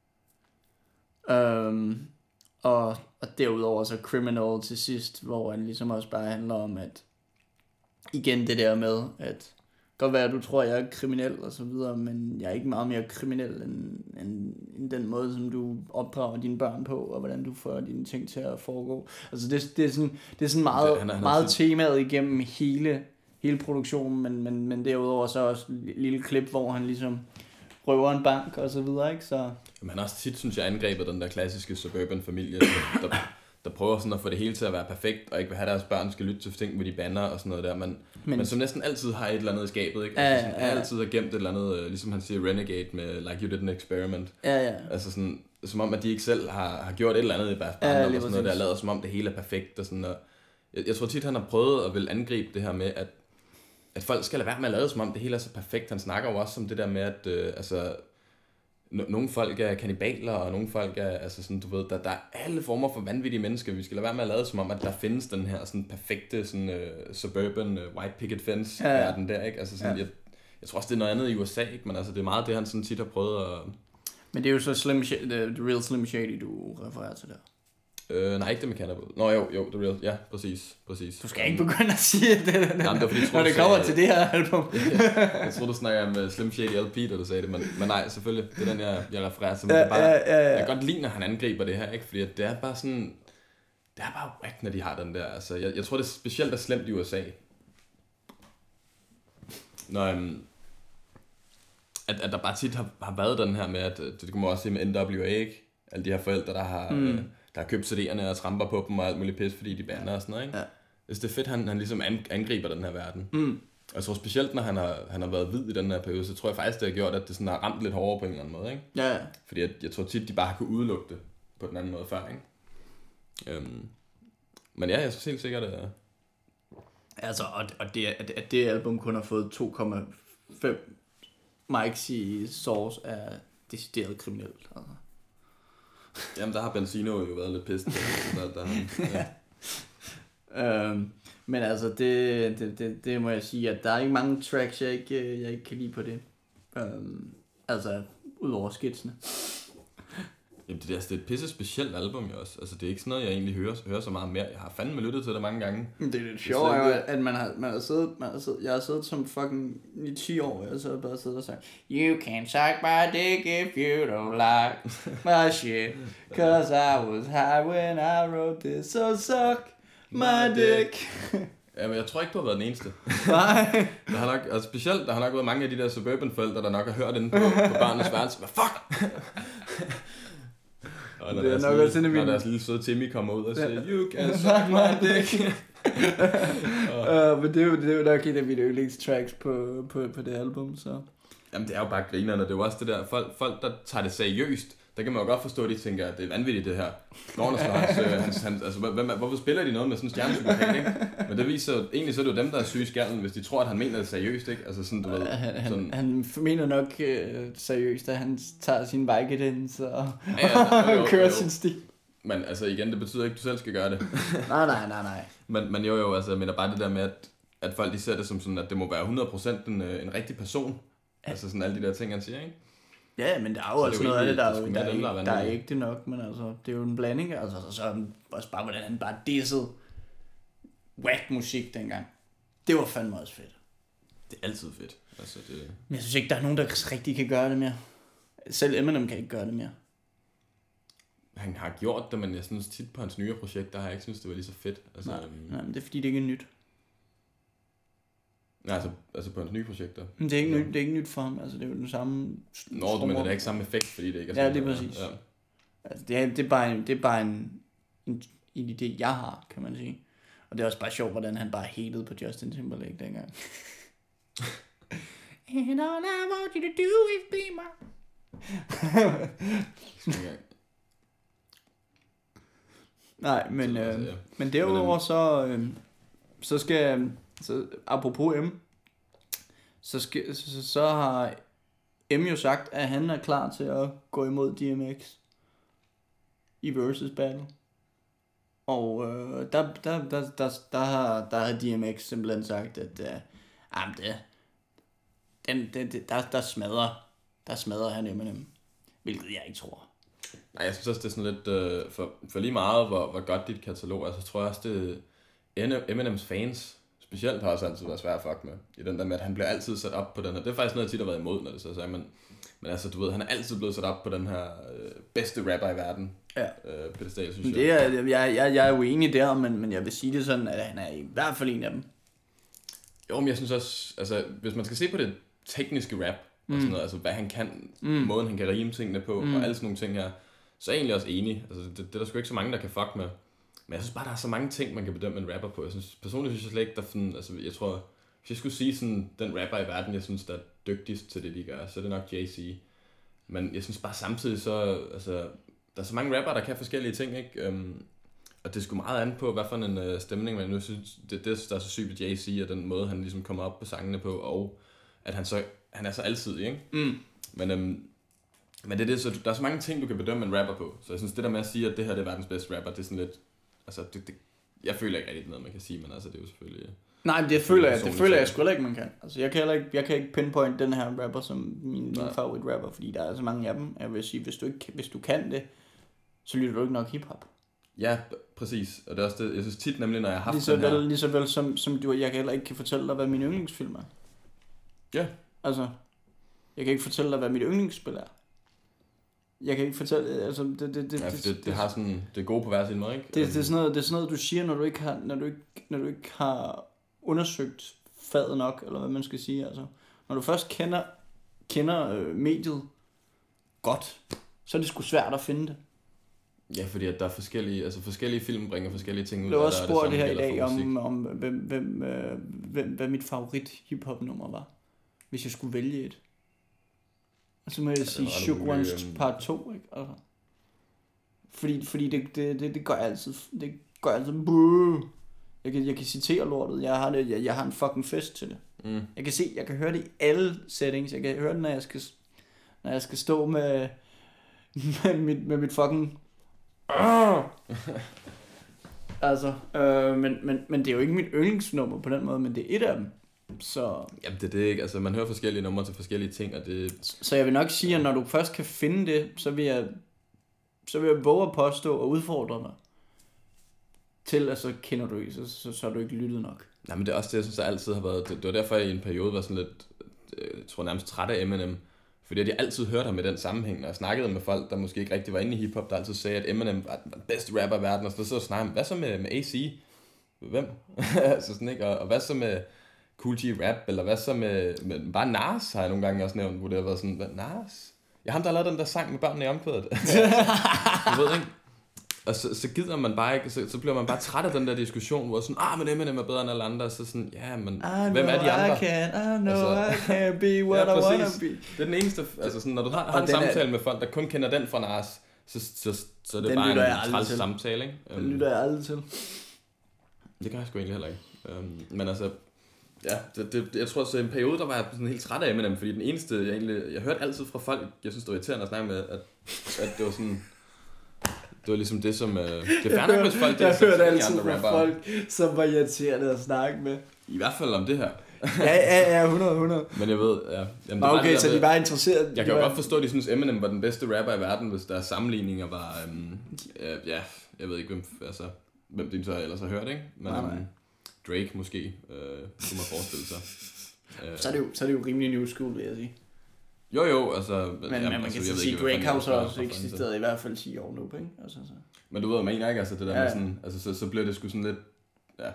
Um, og, og derudover så Criminal til sidst, hvor han ligesom også bare handler om, at igen det der med, at godt være, at du tror, at jeg er kriminel og så videre, men jeg er ikke meget mere kriminel end, end, end den måde, som du opdrager dine børn på, og hvordan du får dine ting til at foregå. Altså det, det er sådan, det er sådan meget, det, han er, han meget sit... temaet igennem hele, hele produktionen, men, men, men derudover så også et lille klip, hvor han ligesom røver en bank og så videre, ikke? Så... Jamen, han har også tit, synes jeg, angrebet den der klassiske suburban familie, der, der prøver sådan at få det hele til at være perfekt, og ikke vil have deres børn skal lytte til ting, hvor de banner og sådan noget der, men, men, men som næsten altid har et eller andet i skabet, ikke? Altså, ja, ja, ja. Altid har gemt et eller andet, ligesom han siger Renegade med Like You Didn't Experiment. Ja, ja. Altså sådan, som om, at de ikke selv har, har gjort et eller andet i deres barndom, ja, og sådan noget der, lavet som om det hele er perfekt, og sådan, og jeg, jeg tror tit, han har prøvet at vil angribe det her med, at at folk skal lade være med at lade som om det hele er så perfekt. Han snakker jo også om det der med, at øh, altså, no- nogle folk er kannibaler, og nogle folk er, altså sådan, du ved, der, der er alle former for vanvittige mennesker. Vi skal lade være med at lade som om, at der findes den her sådan perfekte sådan, uh, suburban uh, white picket fence ja, ja. verden der, ikke? Altså sådan, ja. jeg, jeg tror også, det er noget andet i U S A, ikke? Men altså, det er meget det, han sådan tit har prøvet at... Men det er jo så Slim Sh- the, the Real Slim Shady, du refererer til der. Øh, nej, ikke det med Cannibal. Nå jo, jo, The Real. Ja, præcis, præcis. Du skal ikke begynde at sige det, Jamen, det var, fordi, når det kommer til det her album. Jeg tror du snakker om uh, Slim Shady L P, da du sagde det, men, men nej, selvfølgelig. Det er den, jeg, jeg refererer til. Men ja, det er bare, ja, ja, ja. jeg kan godt lide, når han angriber det her, ikke? Fordi det er bare sådan... Det er bare whack, når de har den der. Altså, jeg, jeg tror, det er specielt er slemt i U S A. Når, um, at, at der bare tit har, har været den her med, at det kan man også se med N W A, ikke? Alle de her forældre, der har... Mm. Øh, der har købt C D'erne og tramper på dem og alt muligt pis, fordi de bander og sådan noget, ikke? Ja. Det er fedt, han, han ligesom angriber den her verden. Mm. Og jeg tror specielt, når han har, han har været hvid i den her periode, så tror jeg faktisk, det har gjort, at det sådan har ramt lidt hårdere på en eller anden måde, ikke? Ja. Fordi jeg, jeg tror tit, de bare har kunnet udelukke det på den anden måde før, ikke? Øhm. Men ja, jeg synes helt sikkert, at... Altså, og, og det, at, at det album kun har fået to komma fem mics i source er decideret kriminelt, altså. Jamen, der har Benzino jo været lidt pissed. Der, der, ja. øhm, men altså, det, det, det, det må jeg sige, at der er ikke mange tracks, jeg ikke, jeg ikke kan lide på det. Øhm, altså, udover skitsene. Jamen, det, er, det er et pisse specielt album jo også. Altså, det er ikke sådan noget, jeg egentlig hører, hører så meget mere. Jeg har fandme lyttet til det mange gange. Det er lidt sjovt, at, at man har, man har siddet, man har siddet, jeg har siddet som fucking i ti år, og så har bare siddet og sagt, You can suck my dick if you don't like my shit, cause I was high when I wrote this, so suck my dick. Ja, men jeg tror ikke, du har været den eneste. Nej. Der har nok, altså specielt, der har nok været mange af de der suburban forældre, der nok har hørt den på, på barnets værelse. Hvad fuck? Og når, det er deres, nok lille, også når deres lille søde Timmy kommer ud og siger, ja. You can suck my dick. uh, men det er, jo, det er jo nok et af mine yndlingstracks på, på, på det album, så... Jamen det er jo bare grinerne, det er jo også det der, folk, folk der tager det seriøst, der kan man jo godt forstå, at de tænker, at det er vanvittigt det her. Gårdens hans, øh, hans, hans, altså hvem, hvorfor spiller de noget med sådan en stjernepsykopat, ikke? Men det viser egentlig så er det jo dem, der er syge i skallen, hvis de tror, at han mener det seriøst, ikke? Altså sådan, du ved, han, sådan... han, han mener nok øh, seriøst, at han tager sin Vicodins og ja, ja, jo, jo, kører jo. sin stil. Men altså igen, det betyder ikke, at du selv skal gøre det. nej, nej, nej, nej. Men, men jo jo, altså jeg mener bare det der med, at, at folk de ser det som sådan, at det må være hundrede procent en, en rigtig person. Ja. Altså sådan alle de der ting, han siger, ikke? Ja, men der er jo også noget af det, der, er, jo, der, er, dem, der, er, der er ikke det nok, men altså, det er jo en blanding, altså, så, så også bare, hvordan han bare dissede whack musik dengang. Det var fandme også fedt. Det er altid fedt. Altså, det... Men jeg synes ikke, der er nogen, der rigtig kan gøre det mere. Selv Eminem kan ikke gøre det mere. Han har gjort det, men jeg synes tit på hans nye projekt, der har jeg ikke synes det var lige så fedt. Altså, nej, nej, men det er fordi, det ikke er nyt. Nej, altså, altså på hans nye projekter. Men det er ikke nyt, det er ikke nyt for ham, altså det er jo den samme... Nå, du mener, det er ikke samme effekt, fordi det ikke er sådan. Ja, det er præcis. Ja. Altså, det, er, det er bare, en, det er bare en, en, en idé, jeg har, kan man sige. Og det er også bare sjovt, hvordan han bare hatede på Justin Timberlake dengang. And all I want you to do is be my... Nej, men, så, altså, ja. øh, men derudover så, øh, så skal, så, apropos M, så, skal, så, så har M jo sagt, at han er klar til at gå imod D M X i versus battle. Og øh, der, der, der, der, der, har, der har D M X simpelthen sagt, at øh, jamen det, den, den, den, der, der smadrer, der smadrer han Eminem, hvilket jeg ikke tror. Nej, jeg synes også, det er sådan lidt, øh, for, for lige meget, hvor, hvor godt dit katalog er, så tror jeg også, det Eminems fans, specielt har også altid været svært at fuck med, i den der med, at han bliver altid sat op på den her, det er faktisk noget, jeg tit har været imod, når det så sagde, men, men altså, du ved, han er altid blevet sat op på den her øh, bedste rapper i verden, ja. øh, pedestal, synes jeg. Det er, jeg, jeg, jeg er uenig der, men, men jeg vil sige det sådan, at han er i hvert fald en af dem. Jo, men jeg synes også, altså, hvis man skal se på det tekniske rap, mm. og sådan noget, altså, hvad han kan, mm. måden han kan rime tingene på, mm. og alle sådan nogle ting her, så er jeg egentlig også enig. Altså, det, det er der sgu ikke så mange, der kan fuck med. Men jeg synes bare, der er så mange ting, man kan bedømme en rapper på. Jeg synes, personligt synes jeg slet ikke, der sådan, altså, jeg tror, hvis jeg skulle sige sådan, den rapper i verden, jeg synes, der er dygtigst til det, de gør, så er det nok Jay-Z. Men jeg synes bare samtidig så, altså, der er så mange rapper, der kan forskellige ting, ikke? Um, og det er sgu meget an på, hvad for en øh, stemning man nu synes, det, det der er så sygt ved Jay-Z, og den måde, han ligesom kommer op på sangene på, og at han så, han er så altid, ikke? Mm. Men, øhm, men det er det, så der er så mange ting, du kan bedømme en rapper på, så jeg synes, det der med at sige, at det her det er verdens bedste rapper, det er sådan lidt, altså, det, det, jeg føler ikke rigtig noget, man kan sige, men altså, det er jo selvfølgelig... Nej, men det føler jeg, det føler jeg sgu heller ikke, man kan. Altså, jeg kan heller ikke, jeg kan ikke pinpoint den her rapper som min, min favorit rapper, fordi der er så mange af dem. Jeg vil sige, hvis du ikke, hvis du kan det, så lytter du ikke nok hiphop. Ja, præcis. Og det er også det, jeg synes tit nemlig, når jeg har haft lige så den her... Vel, lige så vel som, som du, jeg kan heller ikke kan fortælle dig, hvad min yndlingsfilm er. Ja. Altså, jeg kan ikke fortælle dig, hvad mit yndlingsspil er. Jeg kan ikke fortælle, altså det det det ja, det, det, det har sådan, det er gode på hver sin måde, ikke? Det, det er sådan noget, det er sådan noget du siger, når du ikke har, når du ikke, når du ikke har undersøgt faget nok, eller hvad man skal sige, altså. Når du først kender kender øh, mediet godt, så er det sgu svært at finde det. Ja, fordi at der er forskellige, altså forskellige film bringer forskellige ting ud. Jeg har også spurgt det her i dag om, om hvem, hvem, øh, hvem, hvad mit favorit hiphop nummer var, hvis jeg skulle vælge et. Og så må jeg ja, sige Shook Ones part to, ikke? Altså. Fordi, fordi det, det, det, det gør altid, det gør altid, buh. Jeg kan, jeg kan citere lortet, jeg har, det, jeg, jeg har en fucking fest til det. Mm. Jeg kan se, jeg kan høre det i alle settings, jeg kan høre det, når jeg skal, når jeg skal stå med, med, mit, med mit fucking... altså, øh, men, men, men det er jo ikke mit yndlingsnummer på den måde, men det er et af dem. Så... Jamen det er det ikke, altså man hører forskellige numre til forskellige ting, og det... Så jeg vil nok sige, at når du først kan finde det, så vil jeg, så vil jeg våge at påstå og udfordre dig til, at så kender du ikke, så, så, så har du ikke lyttet nok. Nej, men det er også det, jeg synes, der altid har været, det, det var derfor, jeg i en periode var sådan lidt, jeg tror nærmest træt af Eminem, fordi jeg altid hørte ham med den sammenhæng, når jeg snakkede med folk, der måske ikke rigtig var inde i hiphop, der altid sagde, at Eminem var den bedste rapper i verden, og så så snakkede hvad så med, med A C? Hvem? så sådan, ikke? Og, og hvad så med Kool G Rap, eller hvad så med, med bare Nas, har jeg nogle gange også nævnt, hvor det har været sådan, hvad, Nas? Ja, ham der har lavet den der sang med børnene i omkvædet. Du ved, ikke? Og så, så gider man bare ikke, så, så bliver man bare træt af den der diskussion, hvor sådan, ah, men Eminem er bedre end alle andre, så sådan, ja, men hvem er de andre? I can, I know altså, I can be what ja, I wanna be. Det er den eneste, altså sådan, når du har, har en samtale er... med folk, der kun kender den fra Nas, så, så, så, så er det den bare en træls samtale, ikke? Den um, lytter jeg aldrig til. Det gør jeg sgu egentlig heller ikke. Um, men altså, ja, det, det, jeg tror også, i en periode, der var jeg sådan helt træt af Eminem, fordi den eneste, jeg egentlig, jeg hørte altid fra folk, jeg synes, det var irriterende at snakke med, at, at det var sådan... Det var ligesom det, som... Øh, det er færdigt, hvis folk... Jeg hørte altid fra folk, som var irriterende at snakke med. I hvert fald om det her. ja, ja, ja, hundrede, hundrede. Men jeg ved, ja... Jamen, okay, det så de var interesseret... Jeg kan jo var... godt forstå, at de synes, Eminem var den bedste rapper i verden, hvis deres sammenligninger var... Øhm, øh, ja, jeg ved ikke, hvem, altså, hvem de så ellers har hørt, ikke? Men nej, nej. Øhm, Drake måske, øh, kunne man forestille sig. Øh, så, er det jo, så er det jo rimelig new school, vil jeg sige. Jo jo, altså... Men, jamen, men man altså, kan sige, at Drake har så også eksisteret i hvert fald ti år nu, ikke? Altså, så. Men du ved, man mener ikke, altså det der ja, med sådan... Altså, så, så bliver det sgu sådan lidt... Ja.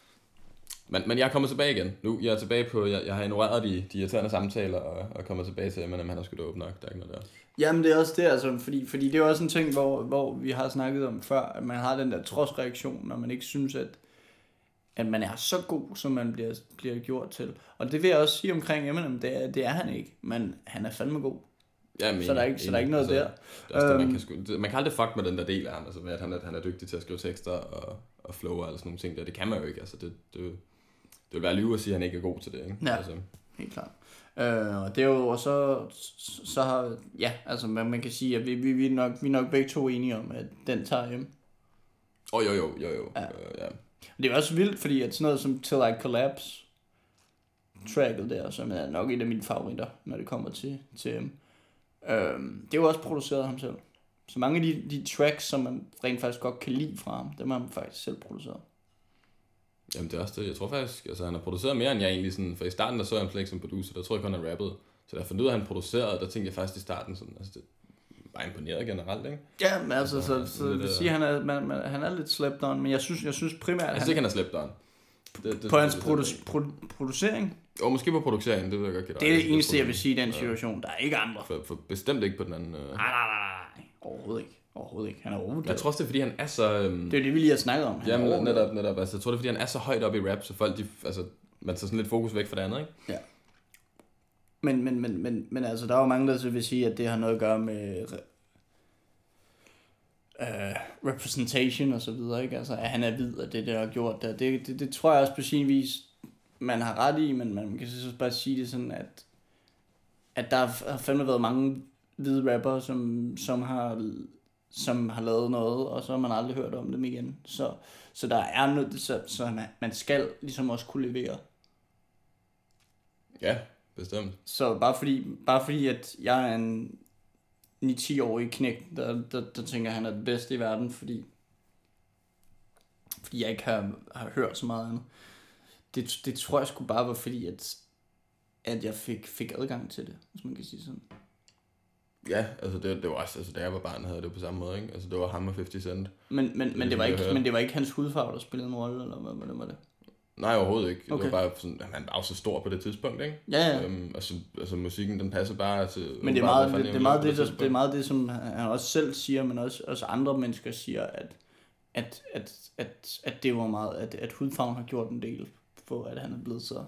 Men, men jeg er kommet tilbage igen. Nu jeg er tilbage på... Jeg, jeg har ignoreret de, de irriterende samtaler og, og kommet tilbage til, men han har sgu da åbent nok. Der er ikke noget der. Jamen, det er også det, altså... Fordi, fordi det er også en ting, hvor, hvor vi har snakket om før, at man har den der trodsreaktion, når man ikke synes, at... at man er så god, som man bliver, bliver gjort til. Og det vil jeg også sige omkring Eminem, det er, det er han ikke, men han er fandme god. Ja, men, så, der er ikke, så der er ikke noget altså, der. Det er også um, det, man, kan sku, man kan aldrig fuck med den der del af ham, altså med, at han er, han er dygtig til at skrive tekster og, og flow og sådan nogle ting der. Det kan man jo ikke, altså det, det, det vil være lyve at sige, at han ikke er god til det, ikke? Ja, altså. Helt klart. Øh, og det er jo og så, så har, ja, altså man, man kan sige, at vi, vi, vi, er nok, vi er nok begge to enige om, at den tager hjem. Åh, oh, jo, jo, jo, jo. Ja. Øh, ja. Det er også vildt, fordi at sådan noget som Till I Collapse tracket der, som er nok et af mine favoritter, når det kommer til, til um, øhm, det er jo også produceret af ham selv. Så mange af de, de tracks, som man rent faktisk godt kan lide fra ham, dem har han faktisk selv produceret. Jamen det er også det, jeg tror faktisk, altså han har produceret mere end jeg egentlig sådan, for i starten der så jeg ham slet ikke som producer, der tror jeg kun han rappede. Så da jeg fandt ud af, at han producerede, der tænkte jeg faktisk i starten sådan, altså det var imponeret generelt, ikke? Ja, men altså, så, så, så det vil sige, at han er, man, man, han er lidt slept on, men jeg synes, jeg synes primært... Jeg synes ikke, han er slept on. Det, det, på hans produ- produ- producering? Og måske på produceringen, det vil jeg godt give dig. Det er det eneste, jeg vil sige i den situation. Der er ikke andre. For, for bestemt ikke på den anden... Uh... Nej, nej, nej, nej. Overhovedet ikke. Overhovedet ikke. Han er overhovedet. Jeg tror også, det er, fordi han er så... Um... Det er det, vi lige har snakket om. Jamen, netop, netop. Altså, jeg tror, det er, fordi han er så højt op i rap, så folk, de, altså, man tager sådan lidt fokus væk fra det andet, ikke? Ja. Men, men, men, men, men altså, der er jo mange, der så vil sige, at det har noget at gøre med... uh, representation og så videre, ikke? Altså, at han er hvid, og det, der har gjort der. Det, det, det tror jeg også på sin vis, man har ret i, men man kan så bare sige det sådan, at, at der har fandme været mange hvide rapper, som, som har... som har lavet noget, og så har man aldrig hørt om dem igen. Så, så der er noget, så, så man, man skal ligesom også kunne levere. Ja, bestemt. Så bare fordi, bare fordi at jeg er en ni til ti-årig knægt, der, der, der tænker, at han er det bedste i verden, fordi, fordi jeg ikke har, har hørt så meget andet. Det, det tror jeg sgu bare var fordi, at, at jeg fik, fik adgang til det, hvis man kan sige sådan. Ja, altså det, det var også, altså da jeg var barn, havde det på samme måde, ikke? Altså det var ham og halvtreds Cent. Men, men, det, men, det var ikke, men det var ikke hans hudfarve, der spillede en rolle, eller hvad, hvad var det? Nej, overhovedet ikke. Okay. Det var bare sådan, han var jo så stor på det tidspunkt, ikke? Ja, ja. Øhm, altså, altså musikken, den passer bare til... Men det er meget det, det, er meget det, det, det er meget det, som han også selv siger, men også, også andre mennesker siger, at, at, at, at, at det var meget, at, at hudfarven har gjort en del for, at han er blevet så...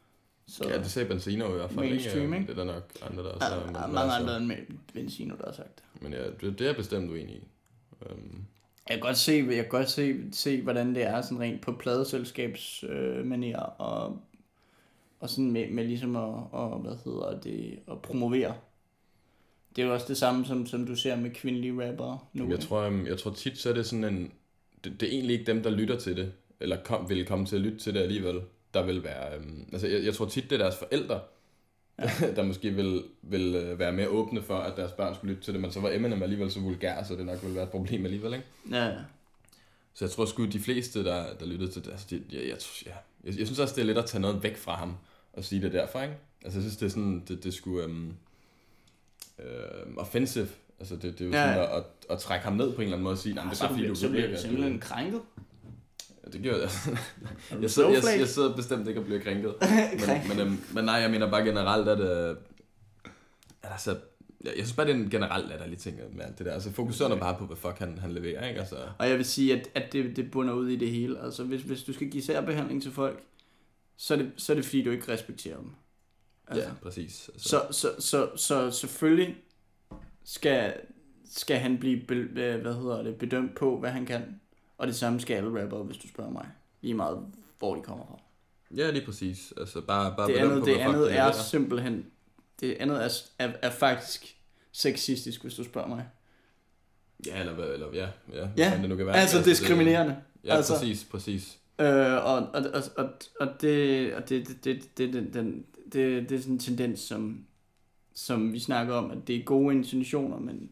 så ja, det sagde Benzino i hvert fald, mainstream, ikke? Det er der nok andre, der også har... Ja, mange andre end Benzino, der har sagt det. Men ja, det, det er jeg bestemt uenig i. Um... Jeg kan godt se, jeg kan godt se, se hvordan det er sådan rent på pladeselskabs øh, manier og og sådan med, med ligesom at, og, hvad hedder det, at promovere. Det er jo også det samme som som du ser med kvindelige rappere nu. Jeg tror jeg, jeg tror tit så er det sådan en det, det er egentlig ikke dem der lytter til det eller kom, vil komme til at lytte til det alligevel, der vil være øhm, altså jeg, jeg tror tit det er deres forældre. Ja. Der måske vil, vil være mere åbne for, at deres børn skulle lytte til det, men så var Eminem alligevel så vulgær, så det nok ville være et problem alligevel, ikke? Ja, ja. Så jeg tror sgu, de fleste, der, der lyttede til det, altså, de, jeg, jeg, ja, jeg, jeg synes også, det er lidt at tage noget væk fra ham, og sige det derfra, ikke? Altså, jeg synes, det er sådan, det, det skulle um, uh, offensive, altså, det, det er jo ja, sådan ja. At, at, at, trække ham ned på en eller anden måde, og sige, nej, det er bare fordi, du så bliver du simpelthen krænket. Det gjorde jeg. Jeg sidder, jeg, jeg sidder bestemt ikke og bliver krænket. Men, men, øhm, men nej, jeg mener bare generelt, at, øh, at altså, jeg, jeg synes bare, det er en generelt latterlig ting med alt det der. Altså fokuserer okay. bare på, hvad fuck han, han leverer, ikke? Altså. Og jeg vil sige, at, at det, det bunder ud i det hele. Altså hvis, hvis du skal give særbehandling til folk, så er det, så er det fordi, du ikke respekterer dem. Altså. Ja, præcis. Altså. Så, så, så, så selvfølgelig skal, skal han blive be, hvad hedder det, bedømt på, hvad han kan. Og det samme skal alle rappere, hvis du spørger mig. Lige meget, hvor de kommer fra. Ja, lige præcis. Altså, bare, bare det andet, på, det andet er simpelthen... Det andet er, er, er faktisk sexistisk, hvis du spørger mig. Ja, eller, eller ja, ja, ja det nu kan være. Altså, altså diskriminerende. Det, ja, altså, præcis, præcis. Øh, og, og, og, og, og det, og det, det, det, det, det, det, det, det er sådan en tendens, som, som vi snakker om, at det er gode intentioner, men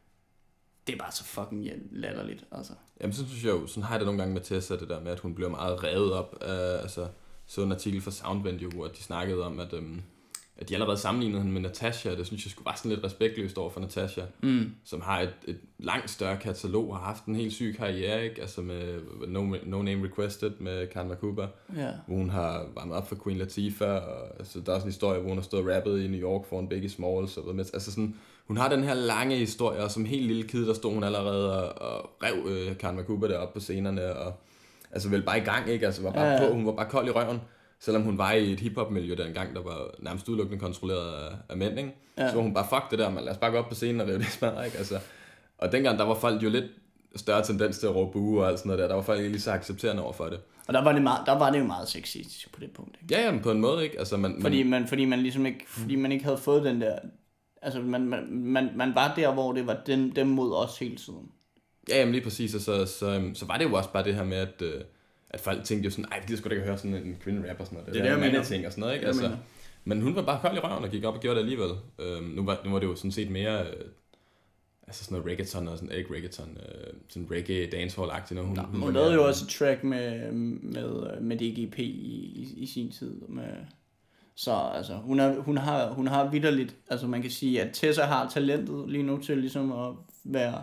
det er bare så fucking latterligt, altså. Jamen, så synes jeg jo, sådan har jeg det nogle gange med Tessa, det der med, at hun bliver meget revet op af, altså, så en artikel fra Soundvent jo, hvor de snakkede om, at, øhm, at de allerede sammenlignede hende med Natasha, det synes jeg skulle være sådan lidt respektløst over for Natasha, mm. som har et, et langt større katalog, har haft en helt syg karriere, ikke? Altså med No, no Name Requested med Khan Makuba, yeah. hvor hun har varmet op for Queen Latifah, og altså, der er også en historie, hvor hun har stået og rappet i New York foran Biggie Smalls, og med, altså sådan, hun har den her lange historie, og som helt lille kid, der stod hun allerede og, og rev øh, Khan Makuba deroppe på scenerne, og altså vel bare i gang, ikke? Altså var bare ja, ja. På, hun var bare kold i røven, selvom hun var i et hiphop-miljø dengang, der var nærmest udelukkende kontrolleret af, af mænd, ikke? Ja. Så var hun bare, fuck det der, man lad os bare gå op på scenen og rive det smadre, ikke? Altså, og dengang, der var folk jo lidt større tendens til at råbe buge og alt sådan noget der, der var folk ikke lige så accepterende over for det. Og der var det, meget, der var det jo meget sexistisk på det punkt, ikke? Ja, ja, men på en måde, ikke? Altså, man, fordi, man, fordi man ligesom ikke, fordi man ikke havde fået den der, altså man, man, man, man var der, hvor det var dem, dem mod os hele tiden. Ja, jamen lige præcis, og så, så, så var det jo også bare det her med, at, at folk tænkte jo sådan, ej, vi skulle da ikke høre sådan en kvinde-rapper og sådan noget. Det er det, jeg mener. Ting og sådan noget, ikke? Altså, men hun var bare kold i røven og gik op og gjorde det alligevel. Øhm, nu, var, nu var det jo sådan set mere, øh, altså sådan noget reggaeton og sådan, ikke reggaeton, øh, sådan reggae dancehall-agtigt. Hun, Nå, hun, hun lavede jo også et track med, med, med D G P i, i, i sin tid. Med, så altså, hun, er, hun har, hun har vitterligt, altså man kan sige, at Tessa har talentet lige nu til ligesom at være,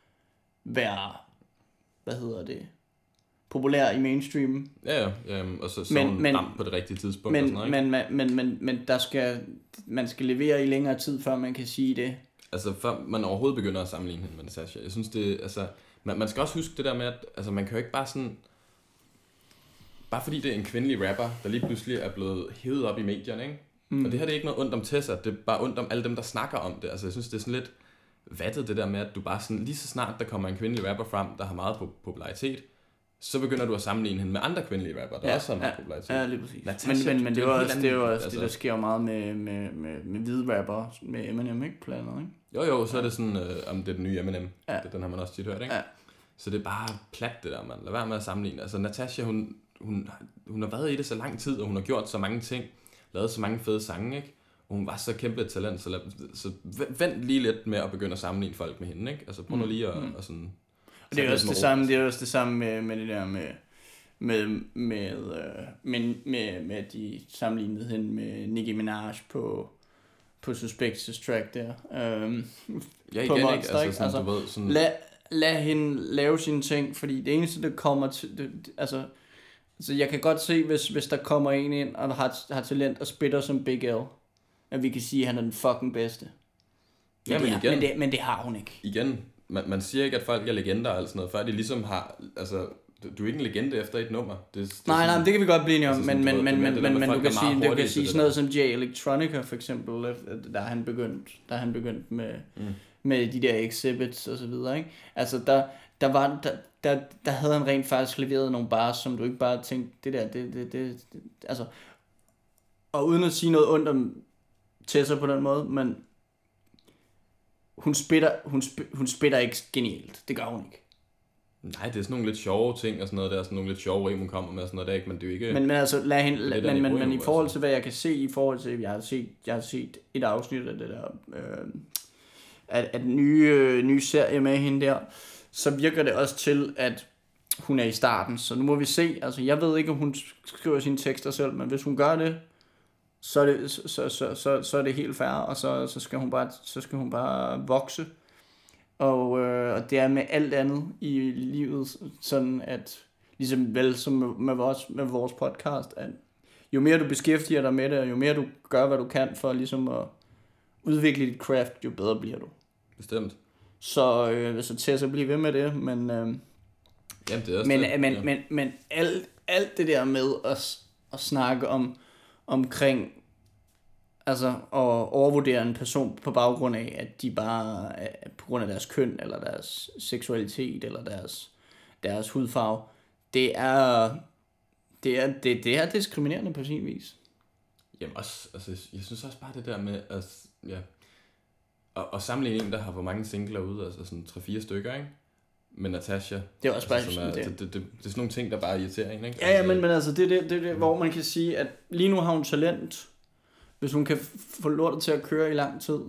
være, hvad hedder det, populær i mainstream. Ja, ja, og så, så men, hun men, ramt på det rigtige tidspunkt. Men, og sådan noget, men, men, men, men, men der skal, man skal levere i længere tid, før man kan sige det. Altså før man overhovedet begynder at sammenligne hende med Natasha. Jeg synes det, altså, man, man skal også huske det der med, at altså, man kan jo ikke bare sådan, bare fordi det er en kvindelig rapper, der lige pludselig er blevet hævet op i medierne, ikke? Mm. Og det her det er ikke noget ondt om Tessa, det er bare ondt om alle dem, der snakker om det. Altså jeg synes det er sådan lidt, vattet det der med, at du bare sådan, lige så snart der kommer en kvindelig rapper frem, der har meget popularitet, så begynder du at sammenligne hende med andre kvindelige rapper, der ja, også har meget ja, popularitet. Ja, lige præcis. Natasha, men men, men det, det, var også, det er jo også altså, det, der sker meget med, med, med, med hvide rapper, med Eminem, ikke? Blandt andet, ikke? Jo, jo, så er det sådan, øh, om det er den nye Eminem. Ja. Det, den har man også tit hørt, ikke? Ja. Så det er bare plat, det der, man. Lad være med at sammenligne. Altså, Natasha, hun, hun, hun har været i det så lang tid, og hun har gjort så mange ting, lavet så mange fede sange, ikke? Og hun var så kæmpe et talent, så, lad, så vent lige lidt med at begynde at sammenligne folk med hende, ikke? Altså, prøv nu lige at, mm. og sådan... Og det er også det samme, det er også det samme med, med det der med... Med, med, øh, med, med, med at de sammenlignede hende med Nicki Minaj på, på Suspects track der. Øhm, ja, på igen, Monster, ikke? Altså, ikke? sådan, Altså, du ved, sådan... lad, lad hende lave sine ting, fordi det eneste, der kommer til... Det, altså, altså, jeg kan godt se, hvis, hvis der kommer en ind, og har, har talent og spiller som Big L, at vi kan sige, at han er den fucking bedste. Men, ja, men, det, igen, men, det, men det har hun ikke. Igen, man, man siger ikke, at folk er legender og sådan noget, før de ligesom har... Altså, du er ikke en legende efter et nummer. Det, det nej, sådan, nej, det kan vi godt blive enige om, altså men, sådan, men, men, ved, men, men, men du kan sige, du kan sige sådan noget som J Electronica for eksempel, der er han begyndt, der er han begyndt med, mm. med de der exhibits og så videre, ikke? Altså der, der var, der, der, der havde han rent faktisk leveret nogle bars, som du ikke bare tænkte, det der, det, det, det, det altså, og uden at sige noget ondt om Tessa på den måde, men hun spiller, hun, sp- hun spiller ikke genialt, det gør hun ikke. Nej, det er sådan nogle lidt sjove ting og sådan noget der, sådan nogle lidt sjove rim, hun kommer med og sådan noget der, ikke, men det er jo ikke... Men, men altså, lad hende, lad, men, men, men i forhold altså. til, hvad jeg kan se, i forhold til, jeg har set, jeg har set et afsnit af det der, øh, af, af den nye, øh, nye serie med hende der, så virker det også til, at hun er i starten, så nu må vi se, altså jeg ved ikke, om hun skriver sine tekster selv, men hvis hun gør det, så er det, så, så, så, så, så er det helt fair, og så, så, skal hun bare, så skal hun bare vokse. Og, øh, og det er med alt andet i livet, sådan at, ligesom vel som med, med, vores, med vores podcast, at jo mere du beskæftiger dig med det, og jo mere du gør, hvad du kan for ligesom at udvikle dit craft, jo bedre bliver du. Bestemt. Så, øh, så til at blive ved med det, men, øh, Jamen, det er også men, det, men, ja. men, men alt, alt det der med at, at snakke om, omkring, altså at overvurdere en person på baggrund af, at de bare, på grund af deres køn, eller deres seksualitet, eller deres, deres hudfarve, det er, det er, det, det er diskriminerende på sin vis. Jamen også, altså jeg synes også bare det der med, at, ja, og, og sammenligne en, der har hvor mange singler ude, altså sådan tre-fire stykker, ikke? Men Natasha, det er også bare altså, er, det. Det, det, det, det er sådan nogle ting, der bare irriterer en, ikke? Ja, ja, men, men altså det er det, det, det, hvor man kan sige, at lige nu har hun talent. Hvis hun kan få lortet til at køre i lang tid,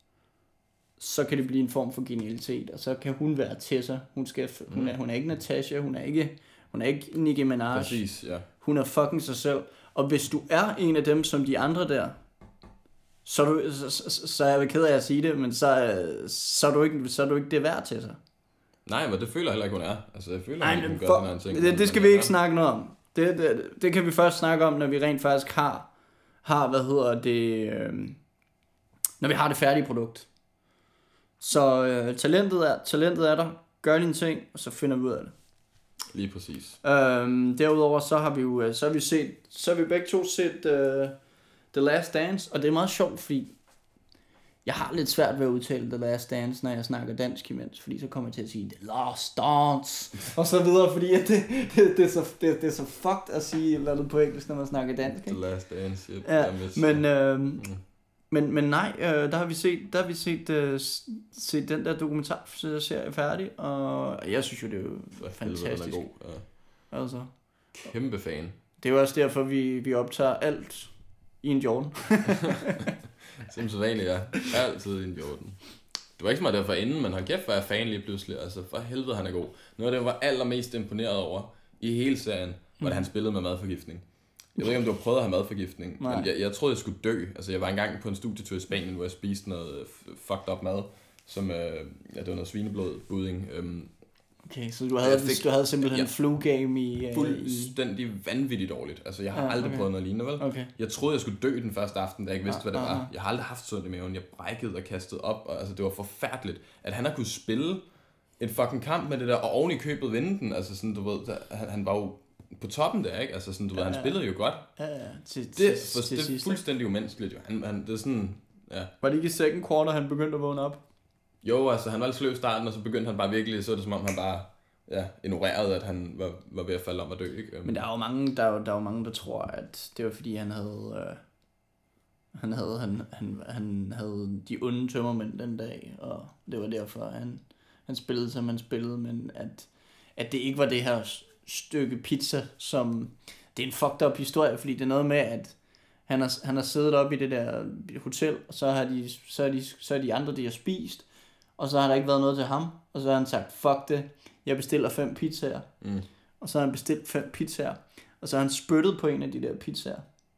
så kan det blive en form for genialitet, og så kan hun være Tessa. Hun, skal, hun, er, hun er ikke Natasha, hun er ikke, hun er ikke Nicki Minaj. Præcis, ja. Hun er fucking sig selv. Og hvis du er en af dem, som de andre der, så er du, så, så, så er jeg ked af at sige det, men så, så, er, du ikke, så er du ikke det værd til sig. Nej, men det føler jeg heller ikke, hun er. Altså, jeg føler, Nej, hun, hun gør for, sådan en ting. Det, det skal vi ikke snakke noget om. Det, det, det kan vi først snakke om, når vi rent faktisk har, har hvad hedder det, øh, når vi har det færdige produkt. Så øh, talentet, er, talentet er der. Gør dine ting, og så finder vi ud af det. Lige præcis. Øhm, derudover så har vi jo så har vi set så har vi begge to set uh, The Last Dance, og det er meget sjovt, fordi jeg har lidt svært ved at udtale The Last Dance, når jeg snakker dansk imens, fordi så kommer jeg til at sige The Last Dance og så videre, fordi det, det, det, er så, det, det er så fucked at sige eller noget på engelsk, når man snakker dansk, ikke? The Last Dance, yep. Ja, men øh, mm. men men nej, øh, der har vi set der har vi set øh, set den der dokumentarserie færdig, og jeg synes jo det er jo For fantastisk. helvede, den er god. Ja. Altså Kæmpe fan. det er jo også derfor, vi, vi optager alt i en Jordan. Som så vanligt, ja. Altid i en Jordan. Det var ikke så meget derfor inden, men hold kæft, hvor jeg fan lige pludselig. Altså, for helvede, han er god. Noget af det, jeg var allermest imponeret over i hele serien, var da han spillede med madforgiftning. Jeg ved ikke, om du har prøvet at have madforgiftning, Nej. men jeg, jeg troede, jeg skulle dø. Altså, jeg var engang på en studietur i Spanien, hvor jeg spiste noget fucked up mad, som, øh, ja, det var noget svineblod, budding. Øhm, Okay, så du havde, fik, du havde simpelthen en ja, flu game i... Uh, fuldstændig vanvittigt dårligt. Altså, jeg har Ja, aldrig okay. prøvet noget lignende, vel? Okay. Jeg troede, jeg skulle dø den første aften, da jeg ikke vidste, Ja, hvad det ja, var. ja. Jeg har aldrig haft sundt i maven. Jeg brækkede og kastede op, og altså, det var forfærdeligt. At han har kunnet spille en fucking kamp med det der, og oven i købet vinde den. Altså, sådan, du ved, der, han, han var jo på toppen der, ikke? Altså, sådan, du ved, Ja, han ja. spillede jo godt. Ja, ja. Til, Det, til, for, til det er sidst, fuldstændig umenneskeligt, jo. Han, han, det er sådan, ja. Var det ikke i second quarter, han begyndte at vågne op? Jo, altså han var lidt sløv i starten, og så begyndte han bare virkelig, så er det som om han bare ja, ignorerede, at han var, var ved at falde om og dø. Ikke? Men der er jo mange, der er jo, der er jo mange, der tror, at det var fordi, han havde... Øh, han, havde han, han, han havde de onde tømmermænd den dag, og det var derfor, han, han spillede, som han spillede, men at, at det ikke var det her stykke pizza, som... Det er en fucked up historie, fordi det er noget med, at han har, han har siddet op i det der hotel, og så har de, så er de, så er de andre, de har spist, og så har der ikke været noget til ham, og så har han sagt, fuck det, jeg bestiller fem pizzaer. Mm. Og så har han bestilt fem pizzaer, og så har han spyttet på en af de der pizzaer,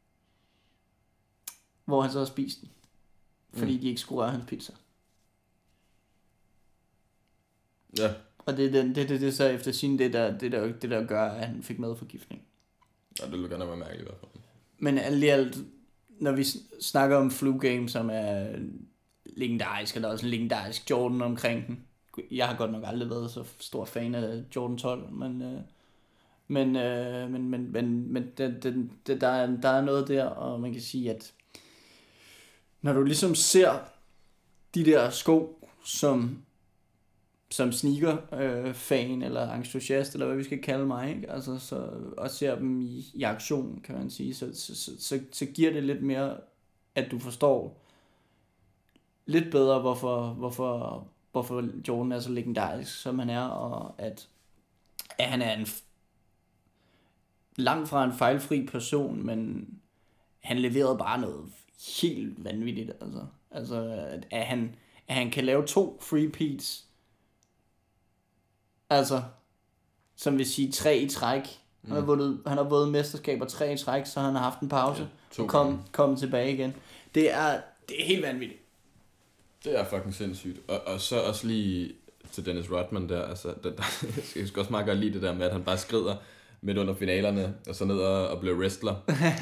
hvor han så har spist den, fordi mm. de ikke skulle røre hans pizza. Ja. Og det er det, det, det, det så efter sin det der, det, der, det der gør, at han fik madforgiftning. Ja, det ville gerne være mærkeligt i hvert fald. Men alt i alt, når vi snakker om Flu Game, som er legendarisk, og der er også en legendarisk Jordan omkring den. Jeg har godt nok aldrig været så stor fan af Jordan tolv, men øh, men øh, men men men, men det, det, det, der er der er noget der, og man kan sige, at når du ligesom ser de der sko som som sneaker øh, fan eller entusiast eller hvad vi skal kalde mig, ikke? Altså så og ser dem i, i aktion, kan man sige, så så, så så så giver det lidt mere, at du forstår lidt bedre hvorfor hvorfor hvorfor Jordan er så legendarisk som han er, og at, at han er en langt fra en fejlfri person, men han leverede bare noget helt vanvittigt, altså altså at, at han at han kan lave to free peats, altså som vil sige tre i træk. Mm. Han har vundet han har vundet mesterskaber tre i træk, så han har haft en pause ja, og kom kom tilbage igen. Det er det er helt vanvittigt. Det er fucking sindssygt. Og, og så også lige til Dennis Rodman der, altså, der, der, jeg skal også meget godt lide det der med, at han bare skrider midt under finalerne, og så ned og, og bliver wrestler.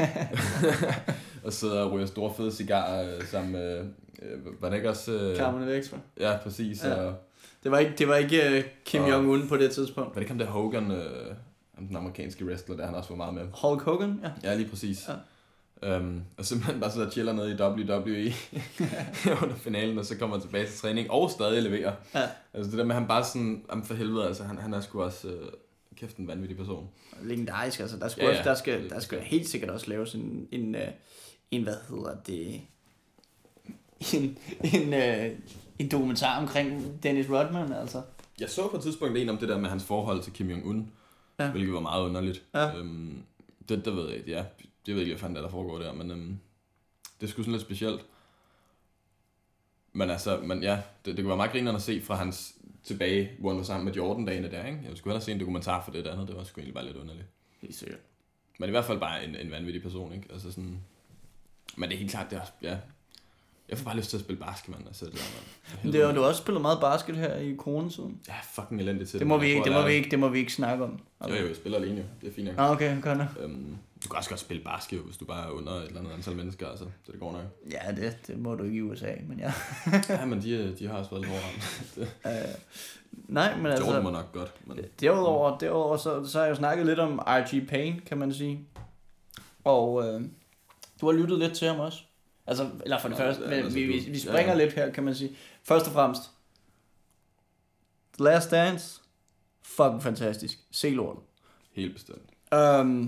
Og sidder og ryger store fede cigarer sammen med, øh, var det ikke også... Øh, Carmen Electra. Ja, præcis. Ja. Og, det var ikke, det var ikke uh, Kim Jong-un på det tidspunkt. Var det ikke ham der Hogan, øh, den amerikanske wrestler, der han også var meget med? Hulk Hogan, ja. Ja, lige præcis. Ja. Um, og simpelthen bare sidder og chiller nede i W W E under finalen, og så kommer han tilbage til træning og stadig leverer. Ja. Altså det der med, han bare sådan, jamen for helvede, altså han, han er sgu også, øh, kæft en vanvittig person. Legendarisk, altså der skal, ja, ja. der skal, der skal helt sikkert også laves en, en, en, en hvad hedder det, en, en, en, en dokumentar omkring Dennis Rodman, altså. Jeg så på et tidspunkt en om det der med hans forhold til Kim Jong-un, ja. Hvilket var meget underligt. Ja. Um, det, der ved jeg ikke, ja. Jeg ved ikke, hvad fanden der, der foregår der, men øhm, det er sgu sådan lidt specielt. Men altså, men ja, det, det kunne være meget grinerende at se fra hans tilbage, hvor han var sammen med Jordan dagene der, ikke? Jeg skulle hellere se en dokumentar for det andet, det var sgu egentlig bare lidt underligt. Helt sikkert. Men i hvert fald bare en, en vanvittig person, ikke? Altså sådan, men det er helt klart, det er også, ja. Jeg får bare lyst til at spille basket, mand. Altså, det er, det er, du har også spillet meget basket her i coronatiden. Ja, fucking elendigt til det. Det må, vi ikke, det, må vi ikke, det må vi ikke snakke om. Okay. Jo, jo, jeg spiller alene jo. Det er fint nok. Ah, okay, kan du. Øhm, du kan også godt spille basket, hvis du bare er under et eller andet antal mennesker, altså. Så det går nok. Ja, det, det må du ikke i U S A, men ja. Ja, men de, de har også været lidt hårdere. uh, nej, men altså... Jordan må nok godt. Men... Derudover, derudover så, så har jeg jo snakket lidt om R G Payne, kan man sige. Og øh, du har lyttet lidt til ham også. Altså, eller for det ja, første, altså, vi, vi, vi springer ja. lidt her, kan man sige. Først og fremmest, The Last Dance, fucking fantastisk. Se lortet. Helt bestemt. Um,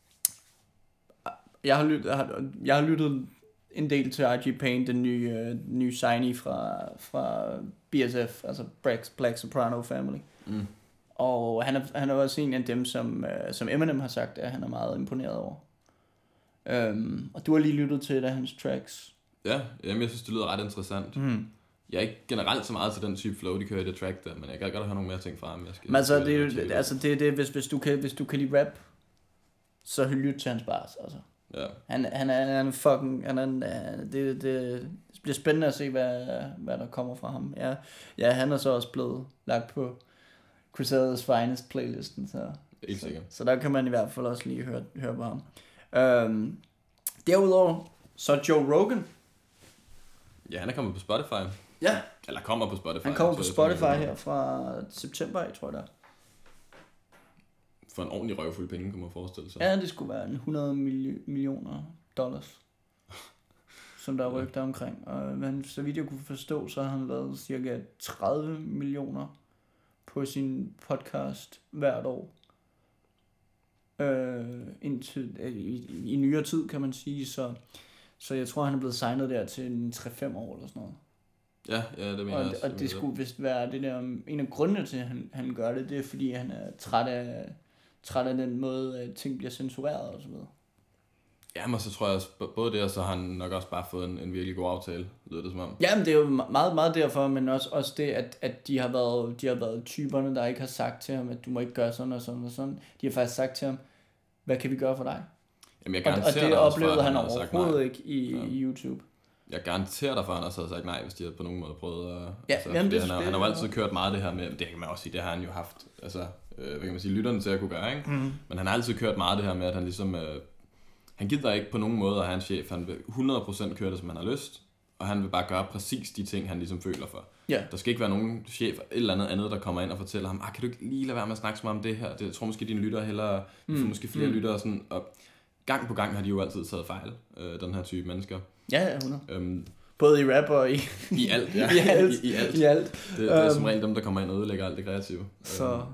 jeg, har lyttet, jeg, har, jeg har lyttet en del til R G Payne, den nye, uh, nye signee fra, fra B S F, altså Black, Black Soprano Family. Mm. Og han er, han er også en af dem, som, uh, som Eminem har sagt, at han er meget imponeret over. Um, og du har lige lyttet til et af hans tracks. Ja, jamen jeg synes det lyder ret interessant. Mm. Jeg er ikke generelt så meget til den type flow de kører i det track der, men jeg kan godt have nogle mere ting fra ham. Jeg skal men altså det er jo, altså det, det hvis, hvis du kan hvis du kan lide rap, så lyt til hans bars, altså. Ja. Han han er han fucking han er det det bliver spændende at se hvad hvad der kommer fra ham. Ja, ja han er så også blevet lagt på Crusaders Finest playlisten, så helt sikkert. Så, så der kan man i hvert fald også lige høre høre på ham. Um, derudover så Joe Rogan. Ja, han er kommet på Spotify. Ja. Eller kommer på Spotify. Han kommer på Spotify her fra september, jeg tror det er. For en ordentlig røvfuld penge, kunne man forestille sig. Ja, det skulle være hundrede millioner dollars. som der er rygter omkring. Og men, så vidt jeg kunne forstå, så har han lavet cirka tredive millioner på sin podcast hvert år. Øh, indtil, i, i, I nyere tid, kan man sige. Så, så jeg tror, han er blevet signet der til en tre fem år eller sådan noget. Ja, ja, det mener og, jeg også. Og det skulle vist være det der, en af grundene til, at han, han gør det, det er fordi, han er træt af, træt af den måde, at ting bliver censureret og så videre. Jamen, så tror jeg også, både det, og så har han nok også bare fået en, en virkelig god aftale, lyder det som om. Jamen, det er jo meget, meget derfor, men også, også det, at, at de, har været, de har været typerne, der ikke har sagt til ham, at du må ikke gøre sådan og sådan og sådan. De har faktisk sagt til ham, hvad kan vi gøre for dig? Jamen, jeg og, og det oplevede for, han, han overhovedet ikke i, ja. i YouTube. Jeg garanterer dig for, at han også havde sagt nej, hvis de havde på nogen måde prøvet at... Ja, altså, jamen, det, han, har, det, han har jo altid kørt meget det her med, det kan man også sige, det har han jo haft, altså, øh, hvad kan man sige, lytterne til at kunne gøre, ikke? Mm. Men han har altid kørt meget det her med, at han ligesom, øh, han gider ikke på nogen måde at have en chef, han vil hundrede procent køre det, som han har lyst, og han vil bare gøre præcis de ting, han ligesom føler for. Yeah. Der skal ikke være nogen chef, eller andet andet, der kommer ind og fortæller ham, ah, kan du ikke lige lade være med at snakke så meget om det her, det, jeg tror måske, dine lyttere hellere, mm. får måske flere mm. lyttere, og sådan, og gang på gang har de jo altid taget fejl, øh, den her type mennesker. Ja, ja, hundrede. Øhm, Både i rap og i... I alt, ja. I alt. I, i alt. I alt. Det, det er um, som regel dem, der kommer ind og ødelægger alt det kreative. Så... Um,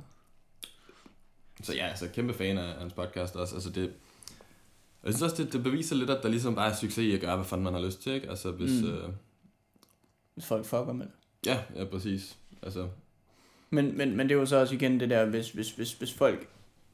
så ja, altså kæmpe fan af hans podcast også. Altså det... Jeg synes også, det, det beviser lidt, at der ligesom bare er succes i at gøre, hvad fanden man har lyst til, ikke? Altså hvis... Mm. Øh... Hvis folk fucker med det. Ja, ja, præcis. Altså... Men, men, men det er jo så også igen det der, hvis, hvis, hvis, hvis folk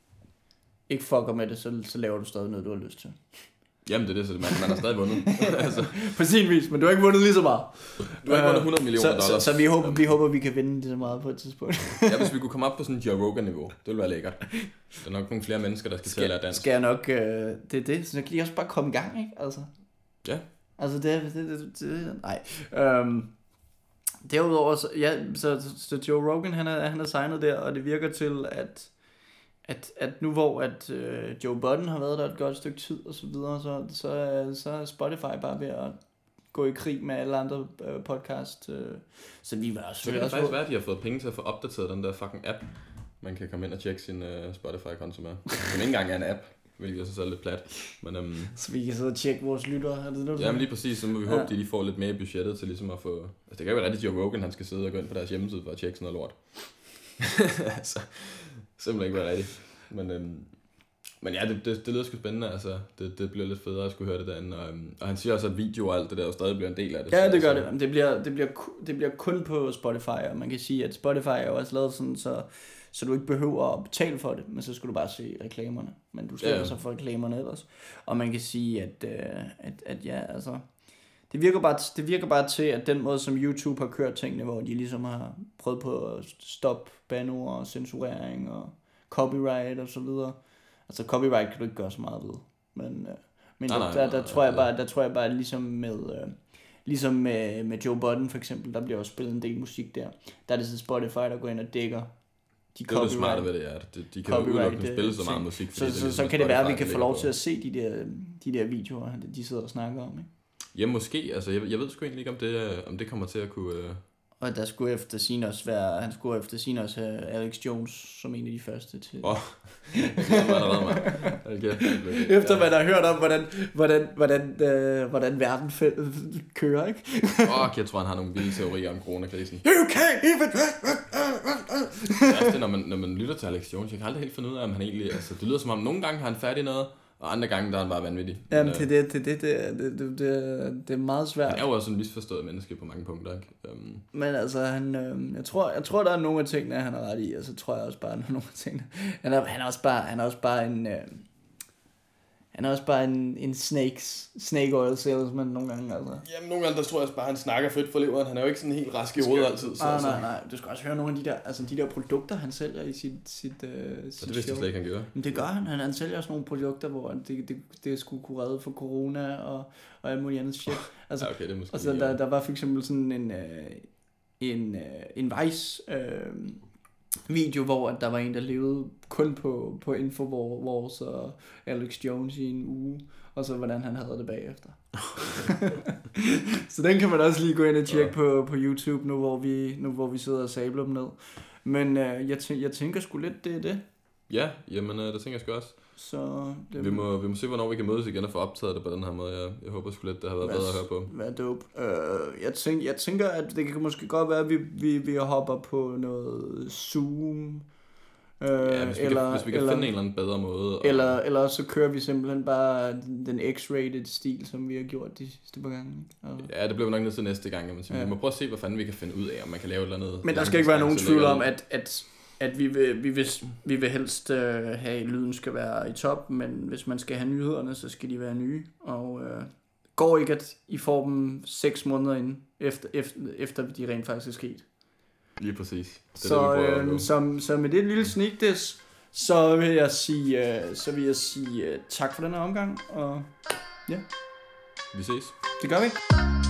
ikke fucker med det, så, så laver du stadig noget, du har lyst til. Jamen det er det, så man, man har stadig vundet. altså. På sin vis, men du har ikke vundet lige så meget. Du har ikke vundet hundrede millioner så, dollars. Så, så vi, håber, vi håber, vi kan vinde det så meget på et tidspunkt. Ja, hvis vi kunne komme op på sådan et Joe Rogan-niveau, det ville være lækkert. Der er nok nogle flere mennesker, der skal, skal til at lære dansk. Skal jeg nok, øh, det er det, så kan de også bare komme i gang, ikke? Altså. Ja. Altså det, det, det, det nej. Øhm, derudover, så, ja, så, så Joe Rogan, han er, han er signet der, og det virker til, at At, at nu hvor at øh, Joe Budden har været der et godt stykke tid og så videre, så, så, så er Spotify bare ved at gå i krig med alle andre øh, podcast. Øh, så vi var også... Så kan det faktisk være, at de har fået penge til at få opdateret den der fucking app, man kan komme ind og tjekke sin øh, Spotify-konto med. Som ikke engang er en app, hvilket jeg synes er lidt plat. Men, øhm, så vi kan sidde og tjekke vores lyttere. Er det noget, jamen lige præcis, så må vi ja. håbe, at de får lidt mere i budgettet til ligesom at få... Altså det kan jo være rigtigt, Joe Rogan, han skal sidde og gå ind på deres hjemmeside for at tjekke sådan noget lort. altså... Simpelthen ikke være rigtigt. Men, øhm, men ja, det, det, det lyder sgu spændende, altså. Det, det bliver lidt federe at skulle høre det derinde. Og, øhm, og han siger også, at video og alt det der jo stadig bliver en del af det. Ja, det gør altså, det. Det bliver, det, bliver, det bliver kun på Spotify, og man kan sige, at Spotify er jo også lavet sådan, så, så du ikke behøver at betale for det, men så skal du bare se reklamerne. Men du slipper ja. så for reklamerne ellers. Og man kan sige, at, øh, at, at ja, altså... Det virker, bare, det virker bare til, at den måde, som YouTube har kørt tingene, hvor de ligesom har prøvet på at stoppe banord og censurering og copyright og så videre. Altså copyright kan du ikke gøre så meget ved. Men, øh, men nej, der, der, der, tror jeg bare, der tror jeg bare, ligesom med, øh, ligesom med, med Joe Budden for eksempel, der bliver også spillet en del musik der. Der er det så Spotify, der går ind og dækker de det er det smarte ved det, ja. De, de kan jo udelukkende spille så meget musik. Så, så, så, så kan det være, at vi kan få lov til at se de der, de der videoer, de sidder og snakker om, ikke? Ja, måske. Altså, jeg, jeg ved sgu egentlig ikke, om det, om det kommer til at kunne... Uh... Og der skulle efter sin også være... Han skulle efter sin også have Alex Jones som en af de første til... Åh, oh, jeg glæder mig allerede mig. Okay. Efter man har hørt om, hvordan, hvordan, hvordan, øh, hvordan verden f- kører, ikke? Åh, oh, jeg tror, han har nogle vilde teorier om coronakrisen. You can't even... Det er også det, når man, når man lytter til Alex Jones. Jeg kan aldrig helt finde ud af, om han egentlig... Altså, det lyder som om, nogle gange har han færdig noget, og andre gange, der er han bare vanvittig. Jamen, det, det, det, det, det, det, det, det, det er meget svært. Han er jo også en misforstået menneske på mange punkter, ikke? Um... Men altså, han, øh, jeg, tror, jeg tror, der er nogle af tingene, han har ret i, og så tror jeg også bare, der er nogle af tingene. Han er, han er, også, bare, han er også bare en... Øh, han er også bare en, en snakes, snake oil salesman nogle gange, altså. Jamen, nogle gange, der tror jeg også bare, han snakker frit for leveren. Han er jo ikke sådan helt rask i hovedet altid. Så, ah, nej, nej, du skal også høre nogle af de der, altså de der produkter, han sælger i sit, sit, uh, sit så det vidste jeg slet ikke, han gør. Men det gør han. Han, han sælger også nogle produkter, hvor det, det, det skulle kunne redde for corona og, og alt muligt andet shit. Altså, ja, okay, det er måske altså, der, der var for eksempel sådan en, uh, en, uh, en Vice... Uh, video, hvor der var en, der levede kun på, på Infowars og Alex Jones i en uge, og så hvordan han havde det bagefter. Så den kan man også lige gå ind og tjekke ja. på, på YouTube, nu hvor, vi, nu hvor vi sidder og sabler dem ned. Men øh, jeg, tæ- jeg tænker sgu lidt, det er det. Ja, jamen øh, det tænker jeg sgu også. Så det vi, må, vi må se, hvornår vi kan mødes igen og få optaget det på den her måde. Jeg, jeg håber sgu lidt, det har været bedre at høre på. Hvad dope. Uh, jeg, tænker, jeg tænker, at det kan måske godt være, at vi, vi, vi hopper på noget Zoom. Uh, ja, hvis vi eller, kan, hvis vi kan eller, finde en eller anden bedre måde. Og... Eller, eller så kører vi simpelthen bare den X-rated stil, som vi har gjort de sidste par gange. Og... Ja, det bliver vi nok nødt til næste gang. Men ja. Vi må prøve at se, hvad fanden vi kan finde ud af, om man kan lave et eller andet. Men der skal ikke være nogen tvivl om, at, at, at vi, vil, vi, vil, vi vil helst uh, have, at lyden skal være i top, men hvis man skal have nyhederne, så skal de være nye. Og uh, går ikke, at I får dem seks måneder inden, efter, efter, efter de rent faktisk er sket. Lige præcis. Det er så, det, vi øh, så, så med det lille sneak diss, så vil jeg sige, uh, så vil jeg sige uh, tak for den her omgang, og ja. Vi ses. Det gør vi.